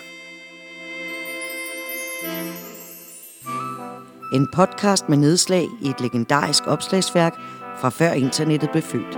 En podcast med nedslag i et legendarisk opslagsværk fra før internettet blev født.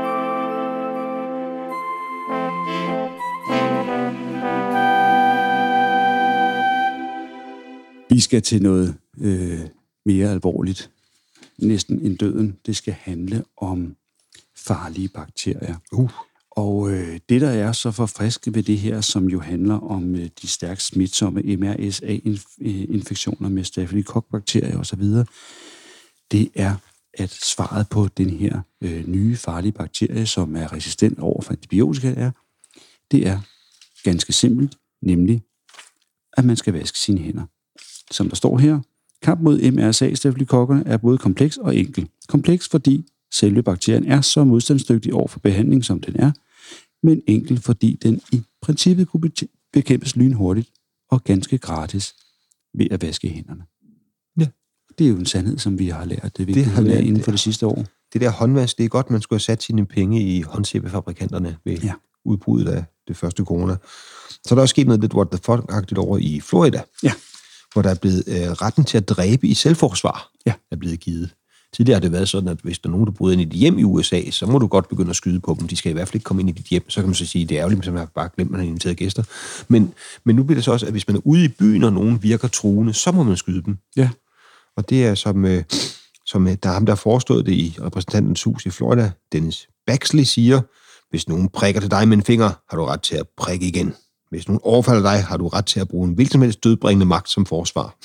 Vi skal til noget mere alvorligt. Næsten end døden. Det skal handle om farlige bakterier. Og det, der er så forfriskende ved det her, som jo handler om de stærkt smitsomme MRSA-infektioner med Staphylococcus-bakterier osv., det er, at svaret på den her nye farlige bakterie, som er resistent over for antibiotika, det er ganske simpelt, nemlig, at man skal vaske sine hænder. Som der står her, kamp mod MRSA-stafylokokkerne er både kompleks og enkel. Kompleks, fordi selve bakterien er så modstandsdygtig over for behandling, som den er, men enkel, fordi den i princippet kunne bekæmpes lynhurtigt og ganske gratis ved at vaske hænderne.
Ja.
Det er jo en sandhed, som vi har lært. Det har vi lært inden for det sidste år.
Det der håndvask, det er godt, man skulle have sat sine penge i håndsæbefabrikanterne ved udbruddet af det første corona. Så der er også sket noget lidt what the fuck-agtigt over i Florida, hvor der er blevet retten til at dræbe i selvforsvar er blevet givet. Tidligere har det været sådan, at hvis der er nogen, der bryder ind i dit hjem i USA, så må du godt begynde at skyde på dem. De skal i hvert fald ikke komme ind i dit hjem. Så kan man så sige, at det er ærgerligt, at man har bare glemt, at man har inviteret gæster. Men nu bliver det så også, at hvis man er ude i byen, og nogen virker truende, så må man skyde dem.
Ja.
Og det er som der er ham, der har forestået det i repræsentantens hus i Florida, Dennis Baxley, siger, hvis nogen prikker til dig med en finger, har du ret til at prikke igen. Hvis nogen overfalder dig, har du ret til at bruge en hvilken som helst dødbringende magt som forsvar.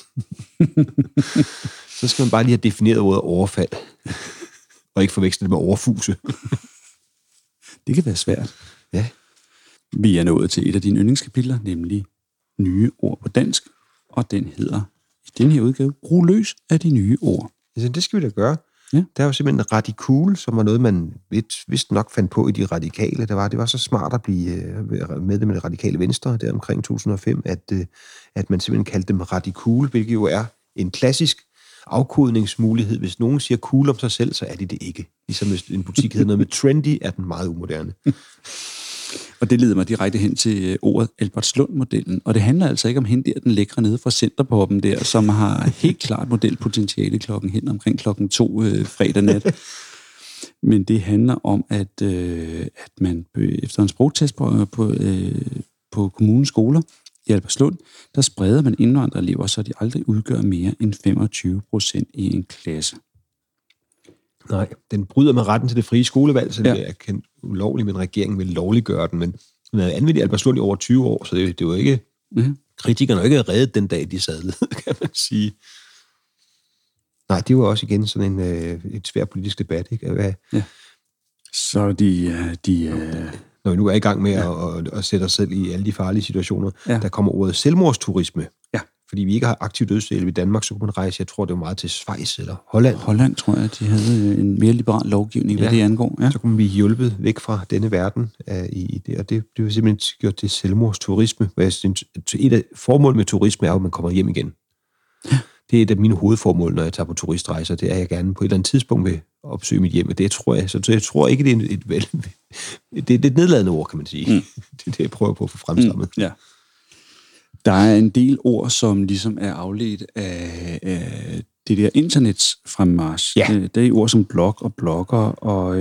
Så skal man bare lige have defineret ordet overfald, og ikke forveksle det med overfuse.
Det kan være svært.
Ja.
Vi er nået til et af dine yndlingskapitler, nemlig nye ord på dansk, og den hedder i den her udgave, brug løs af de nye ord.
Altså, det skal vi da gøre.
Ja.
Der er jo simpelthen radikul, som var noget, man vist nok fandt på i de radikale. Det var så smart at blive medlem af det radikale venstre der omkring 2005, at man simpelthen kaldte dem radikul, hvilket jo er en klassisk afkodningsmulighed. Hvis nogen siger cool om sig selv, så er de det ikke. Ligesom hvis en butik hedder noget med trendy, er den meget umoderne.
Og det leder mig direkte hen til ordet Albertslund-modellen. Og det handler altså ikke om hende der, den lækre nede fra Centerpoppen der, som har helt klart modelpotentiale omkring klokken 2 fredag nat. Men det handler om, at man efter en sprogtest på kommunens skoler i Albertslund, der spreder man indvandrerelever, så de aldrig udgør mere end 25% i en klasse.
Nej, den bryder med retten til det frie skolevalg, så det er kendt ulovligt, men regeringen vil lovliggøre den. Men den er anvendt i Albertslund i over 20 år, så det var ikke... Kritikerne har ikke reddet den dag, de sadlede, kan man sige. Nej, det var også igen sådan en svær politisk debat, ikke?
Ja. Så
når vi nu er i gang med at sætte os selv i alle de farlige situationer, der kommer ordet selvmordsturisme.
Ja.
Fordi vi ikke har aktiv dødshjælp i Danmark, så kunne man rejse, jeg tror, det var meget til Schweiz eller Holland.
Holland, tror jeg, de havde en mere liberal lovgivning, hvad det angår. Ja.
Så kunne vi hjulpet væk fra denne verden i det, og det var simpelthen gjort til selvmordsturisme. Et af formålet med turisme er, at man kommer hjem igen. Ja. Det er et af mine hovedformål, når jeg tager på turistrejser. Det er, jeg gerne på et eller andet tidspunkt vil opsøge mit hjem. Det tror jeg. Så jeg tror ikke, det er det er et nedladende ord, kan man sige. Det er det, jeg prøver på at få fremstammet.
Ja. Der er en del ord, som ligesom er afledt af det der internets fremmarch.
Ja.
Det er ord som blog og blogger og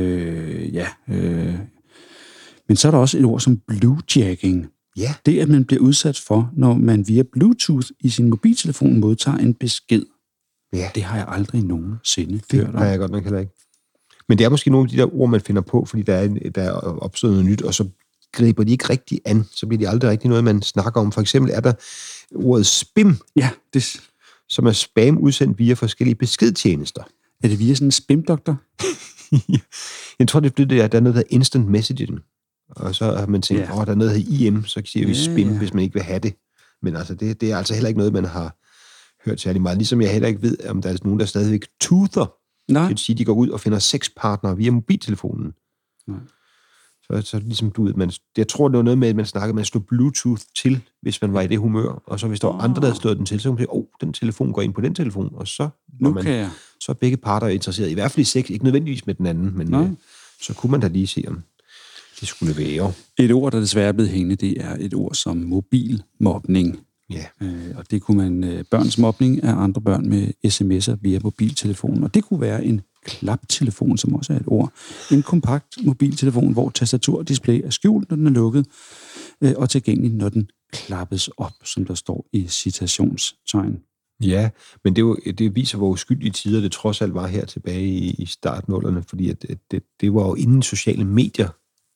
men så er der også et ord som bluejacking.
Ja.
Det er, at man bliver udsat for, når man via Bluetooth i sin mobiltelefon modtager en besked.
Ja.
Det har jeg aldrig nogensinde
hørt
om.
Det har jeg godt nok heller ikke. Men det er måske nogle af de der ord, man finder på, fordi der er opstået noget nyt, og så griber de ikke rigtig an. Så bliver de aldrig rigtig noget, man snakker om. For eksempel er der ordet spam, som er spam udsendt via forskellige beskedtjenester.
Er det via sådan en spam-doktor?
Jeg tror, det er blevet der er noget, der hedder instant messaging. Og så har man tænkt, der er noget, der hedder IM, så siger vi spam, hvis man ikke vil have det. Men altså, det er altså heller ikke noget, man har hørt særlig meget. Ligesom jeg heller ikke ved, om der er nogen, der stadigvæk toother. Det vil sige, de går ud og finder sexpartnere via mobiltelefonen.
Nej.
Så ligesom du ved, jeg tror, det var noget med, at man snakkede, man slog Bluetooth til, hvis man var i det humør. Og så hvis der var andre, der havde slået den til, så kunne man sige, den telefon går ind på den telefon. Og så så er begge parter interesseret. I hvert fald i sex, ikke nødvendigvis med den anden, men så kunne man da lige se, om det skulle være.
Et ord, der desværre er blevet hængende, det er et ord som mobilmobning.
Ja.
Og det kunne man børns mobning af andre børn med sms'er via mobiltelefonen. Og det kunne være en klaptelefon, som også er et ord. En kompakt mobiltelefon, hvor tastatur og display er skjult, når den er lukket, og tilgængelig, når den klappes op, som der står i citationstegn.
Ja, men det viser, hvor uskyldige tider det trods alt var her tilbage i startnullerne, fordi at det var jo inden sociale medier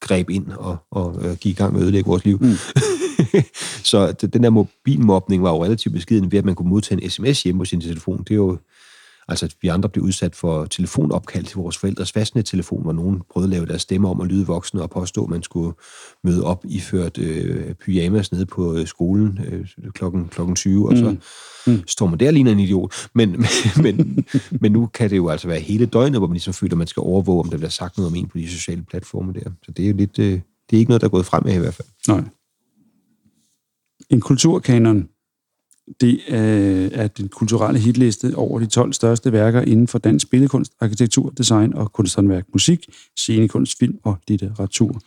greb ind og gik i gang med at ødelægge vores liv. Så den der mobilmobning var jo relativt beskeden ved, at man kunne modtage en sms hjemme på sin telefon. Det er jo, altså at vi andre blev udsat for telefonopkald til vores forældres fastnettelefon, hvor nogen prøvede at lave deres stemmer om at lyde voksne og påstå, at man skulle møde op iført pyjamas nede på skolen klokken 20, og så står man der og ligner en idiot. Men nu kan det jo altså være hele døgnet, hvor man ligesom føler, at man skal overvåge, om der bliver sagt noget om en på de sociale platforme der. Så det er jo lidt, det er ikke noget, der er gået fremad i hvert fald.
Nej. En kulturkanon, det er den kulturelle hitliste over de 12 største værker inden for dansk billedkunst, arkitektur, design og kunsthåndværk, musik, scenekunst, film og litteratur.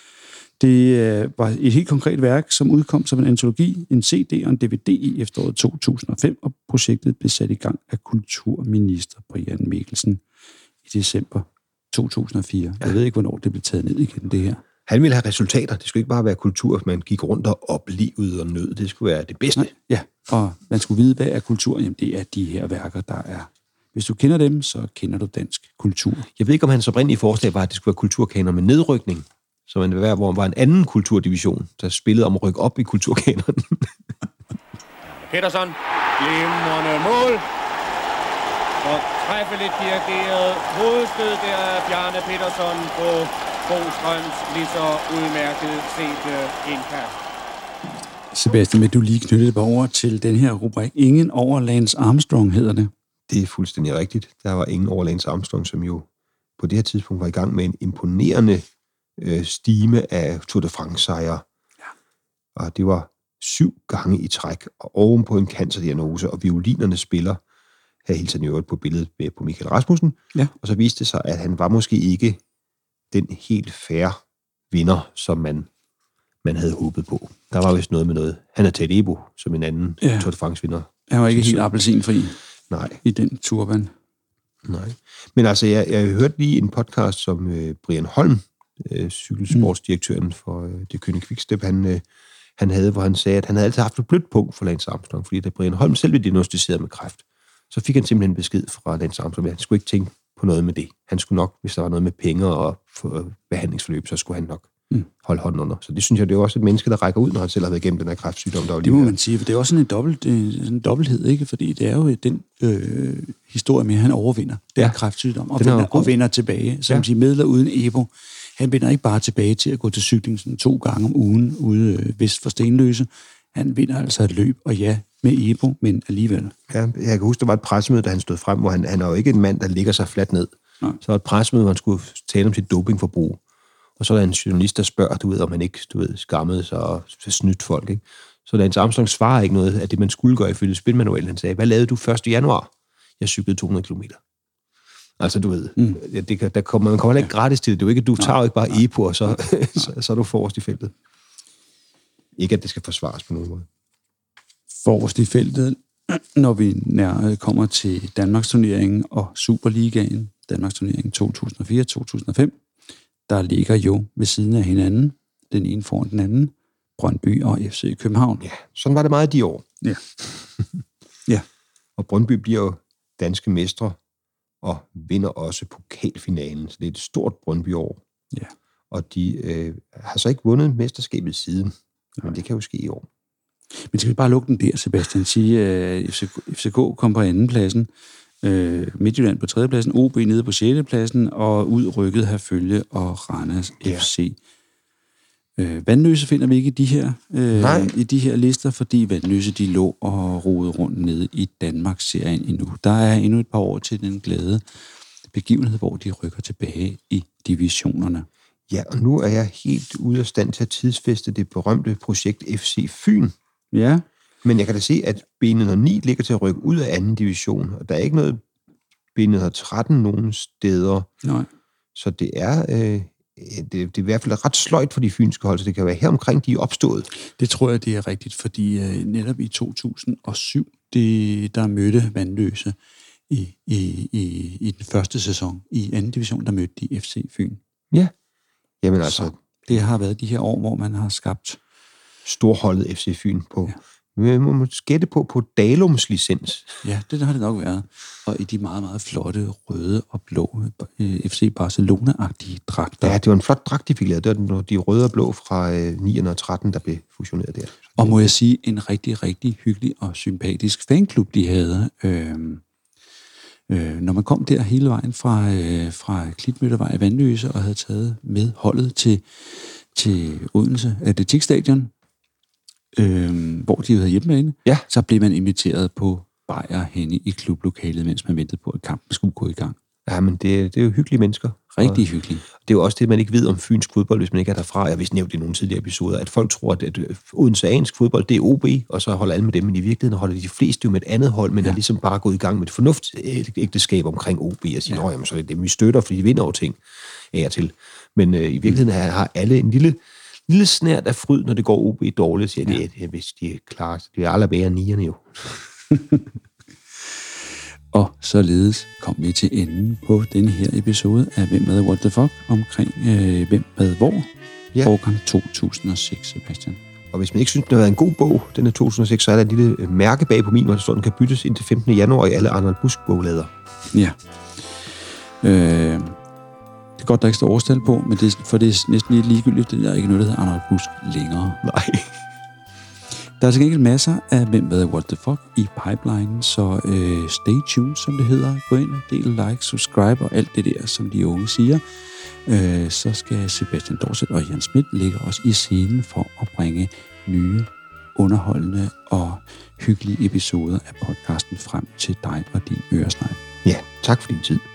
Det var et helt konkret værk, som udkom som en antologi, en CD og en DVD i efteråret 2005, og projektet blev sat i gang af kulturminister Brian Mikkelsen i december 2004. Jeg ved ikke, hvornår det blev taget ned igen, det her.
Han ville have resultater. Det skulle ikke bare være kultur, man gik rundt og oplevede og nød. Det skulle være det bedste.
Nej, ja, og man skulle vide, hvad er kultur? Jamen, det er de her værker, der er. Hvis du kender dem, så kender du dansk kultur.
Jeg ved ikke, om hans oprindelige forslag var, at det skulle være kulturkaner med nedrykning. Så man ville være, hvor man var en anden kulturdivision, der spillede om at rykke op i kulturkanonen.
Petersen, glimrende mål. Og træffeligt dirigeret hovedstød der af Bjarne Petersen på Bostrøms lige så udmærket set indkast.
Sebastian, vil du lige knytte det over til den her rubrik? Ingen over Lance Armstrong hedder det.
Det er fuldstændig rigtigt. Der var ingen over Lance Armstrong, som jo på det her tidspunkt var i gang med en imponerende stime af Tour de France-sejre. Ja. Og det var 7 gange i træk, og oven på en cancerdiagnose, og violinerne spiller. Her hilser han i øvrigt på billedet med på Michael Rasmussen. Ja. Og så viste det sig, at han var måske ikke den helt fair vinder, som man havde håbet på. Der var vist noget med noget. Han er Ted Ebo, som en anden Tour de France-vinder.
Han var ikke helt appelsinfri.
Nej.
I den turban.
Nej. Men altså, jeg hørte lige en podcast, som Brian Holm, cykelsportsdirektøren for det Kønne Quickstep, han havde, hvor han sagde, at han havde altid haft et blødt punkt for Lance Armstrong, fordi da Brian Holm selv blev diagnosticeret med kræft, så fik han simpelthen besked fra Lance Armstrong, at han skulle ikke tænke på noget med det. Han skulle nok, hvis der var noget med penge og behandlingsforløb, så skulle han nok holde hånden under. Så det synes jeg, det er også et menneske, der rækker ud, når han selv har været igennem den her kræftsygdom. Der
det må man sige, for det er også sådan en dobbelthed, ikke? Fordi det er jo den historie med, at han overvinder den kræftsygdom og vender tilbage. Som de medler uden Ebo. Han vender ikke bare tilbage til at gå til cykling sådan 2 gange om ugen ude vest for Stenløse. Han vinder altså et løb, og med Ebo, men alligevel. Ja,
jeg kan huske, der var et pressemøde, da han stod frem, hvor han er jo ikke en mand, der ligger sig fladt ned. Nej. Så var et pressemøde, hvor han skulle tale om sit dopingforbrug. Og så er der en journalist, der spørger, om han ikke, skammede sig og snydt folk, ikke? Så Lance Armstrong svarer ikke noget af det, man skulle gøre ifølge spilmanualen. Han sagde, hvad lavede du 1. januar? Jeg cyklede 200 kilometer. Altså, du ved, man kommer ikke gratis til det. Det er jo ikke, du tager jo ikke bare EPO, og så er du forrest i feltet. Ikke, at det skal forsvares på nogen måde.
Forrest i feltet, når vi kommer til Danmarksturneringen og Superligaen, Danmarksturneringen 2004-2005, der ligger jo ved siden af hinanden, den ene foran den anden, Brøndby og FC København.
Ja, sådan var det meget de år.
Ja. Ja.
Og Brøndby bliver jo danske mestre og vinder også pokalfinalen, så det er et stort Brøndby-år.
Ja.
Og de har så ikke vundet mesterskabet siden, men det kan jo ske i år.
Men skal vi bare lukke den der, Sebastian, sige, at FCK kom på andenpladsen, Midtjylland på 3. pladsen, OB nede på 6. pladsen, og udrykket Herfølge og Randers FC. Vandløse finder vi ikke i de her lister, fordi Vandløse de lå og rodede rundt nede i Danmarks-serien endnu. Der er endnu et par år til den glade begivenhed, hvor de rykker tilbage i divisionerne.
Ja, og nu er jeg helt ude af stand til at tidsfeste det berømte projekt FC Fyn.
Ja.
Men jeg kan da se, at B909 ligger til at rykke ud af 2. division, og der er ikke noget B913 nogen steder.
Nej.
Så det er... Det er i hvert fald ret sløjt for de fynske hold, så det kan være her omkring, de er opstået.
Det tror jeg, det er rigtigt, fordi netop i 2007, der mødte Vandløse i den første sæson. I 2. division, der mødte de FC Fyn.
Ja. Jamen altså...
Så det har været de her år, hvor man har skabt...
Storholdet FC Fyn på Vi må skætte på Dalums licens.
Ja, det har det nok været. Og i de meget, meget flotte røde og blå FC Barcelona-agtige dragter.
Ja, det var en flot dragt, de fik lavet. Det var de røde og blå fra 9 og 13, der blev fusioneret der.
Og må jeg sige, en rigtig, rigtig hyggelig og sympatisk fanklub, de havde. Når man kom der hele vejen fra Klitmøllevej i Vandløse og havde taget med holdet til Odense Atletikstadion, hvor de havde hjemme
ja.
Så blev man inviteret på bajer henne i klublokalet, mens man ventede på, at kampen skulle gå i gang.
Ja, men det er jo hyggelige mennesker.
Rigtig hyggelige.
Det er jo også det, man ikke ved om fynsk fodbold, hvis man ikke er derfra. Jeg har vist nævnt i nogle tidligere episoder, at folk tror, at odenseansk fodbold, det er OB, og så holder alle med dem, men i virkeligheden holder de fleste jo med et andet hold, men er ligesom bare gået i gang med et fornuftsægteskab omkring OB, og siger, jamen, så er det dem, vi støtter, fordi de vinder over ting af og til. Men i virkeligheden har alle en lille snært af fryd, når det går OB dårligt, siger det, hvis de er klar. De er alle bedre nierne jo.
Og således kom vi til enden på denne her episode af Hvem Hvad What the Fuck omkring Hvem Hvad Hvor, årgang 2006, Sebastian.
Og hvis man ikke synes, den har været en god bog, den er 2006, så er der en lille mærke bag på min, hvor der står, den kan byttes indtil 15. januar i alle Arnold Busk-boglader.
Ja. Det er godt, der ikke står årstal på, men det er næsten lige ligegyldigt. Det er ikke noget, der hedder Arnold Busk længere.
Nej.
Der er til gengæld masser af Hvem Hvad What the Fuck i pipelinen, så stay tuned, som det hedder. Gå ind og del, like, subscribe og alt det der, som de unge siger. Så skal Sebastian Dorset og Jan Schmidt ligge os i scenen for at bringe nye, underholdende og hyggelige episoder af podcasten frem til dig og din øresnegl.
Ja, tak for din tid.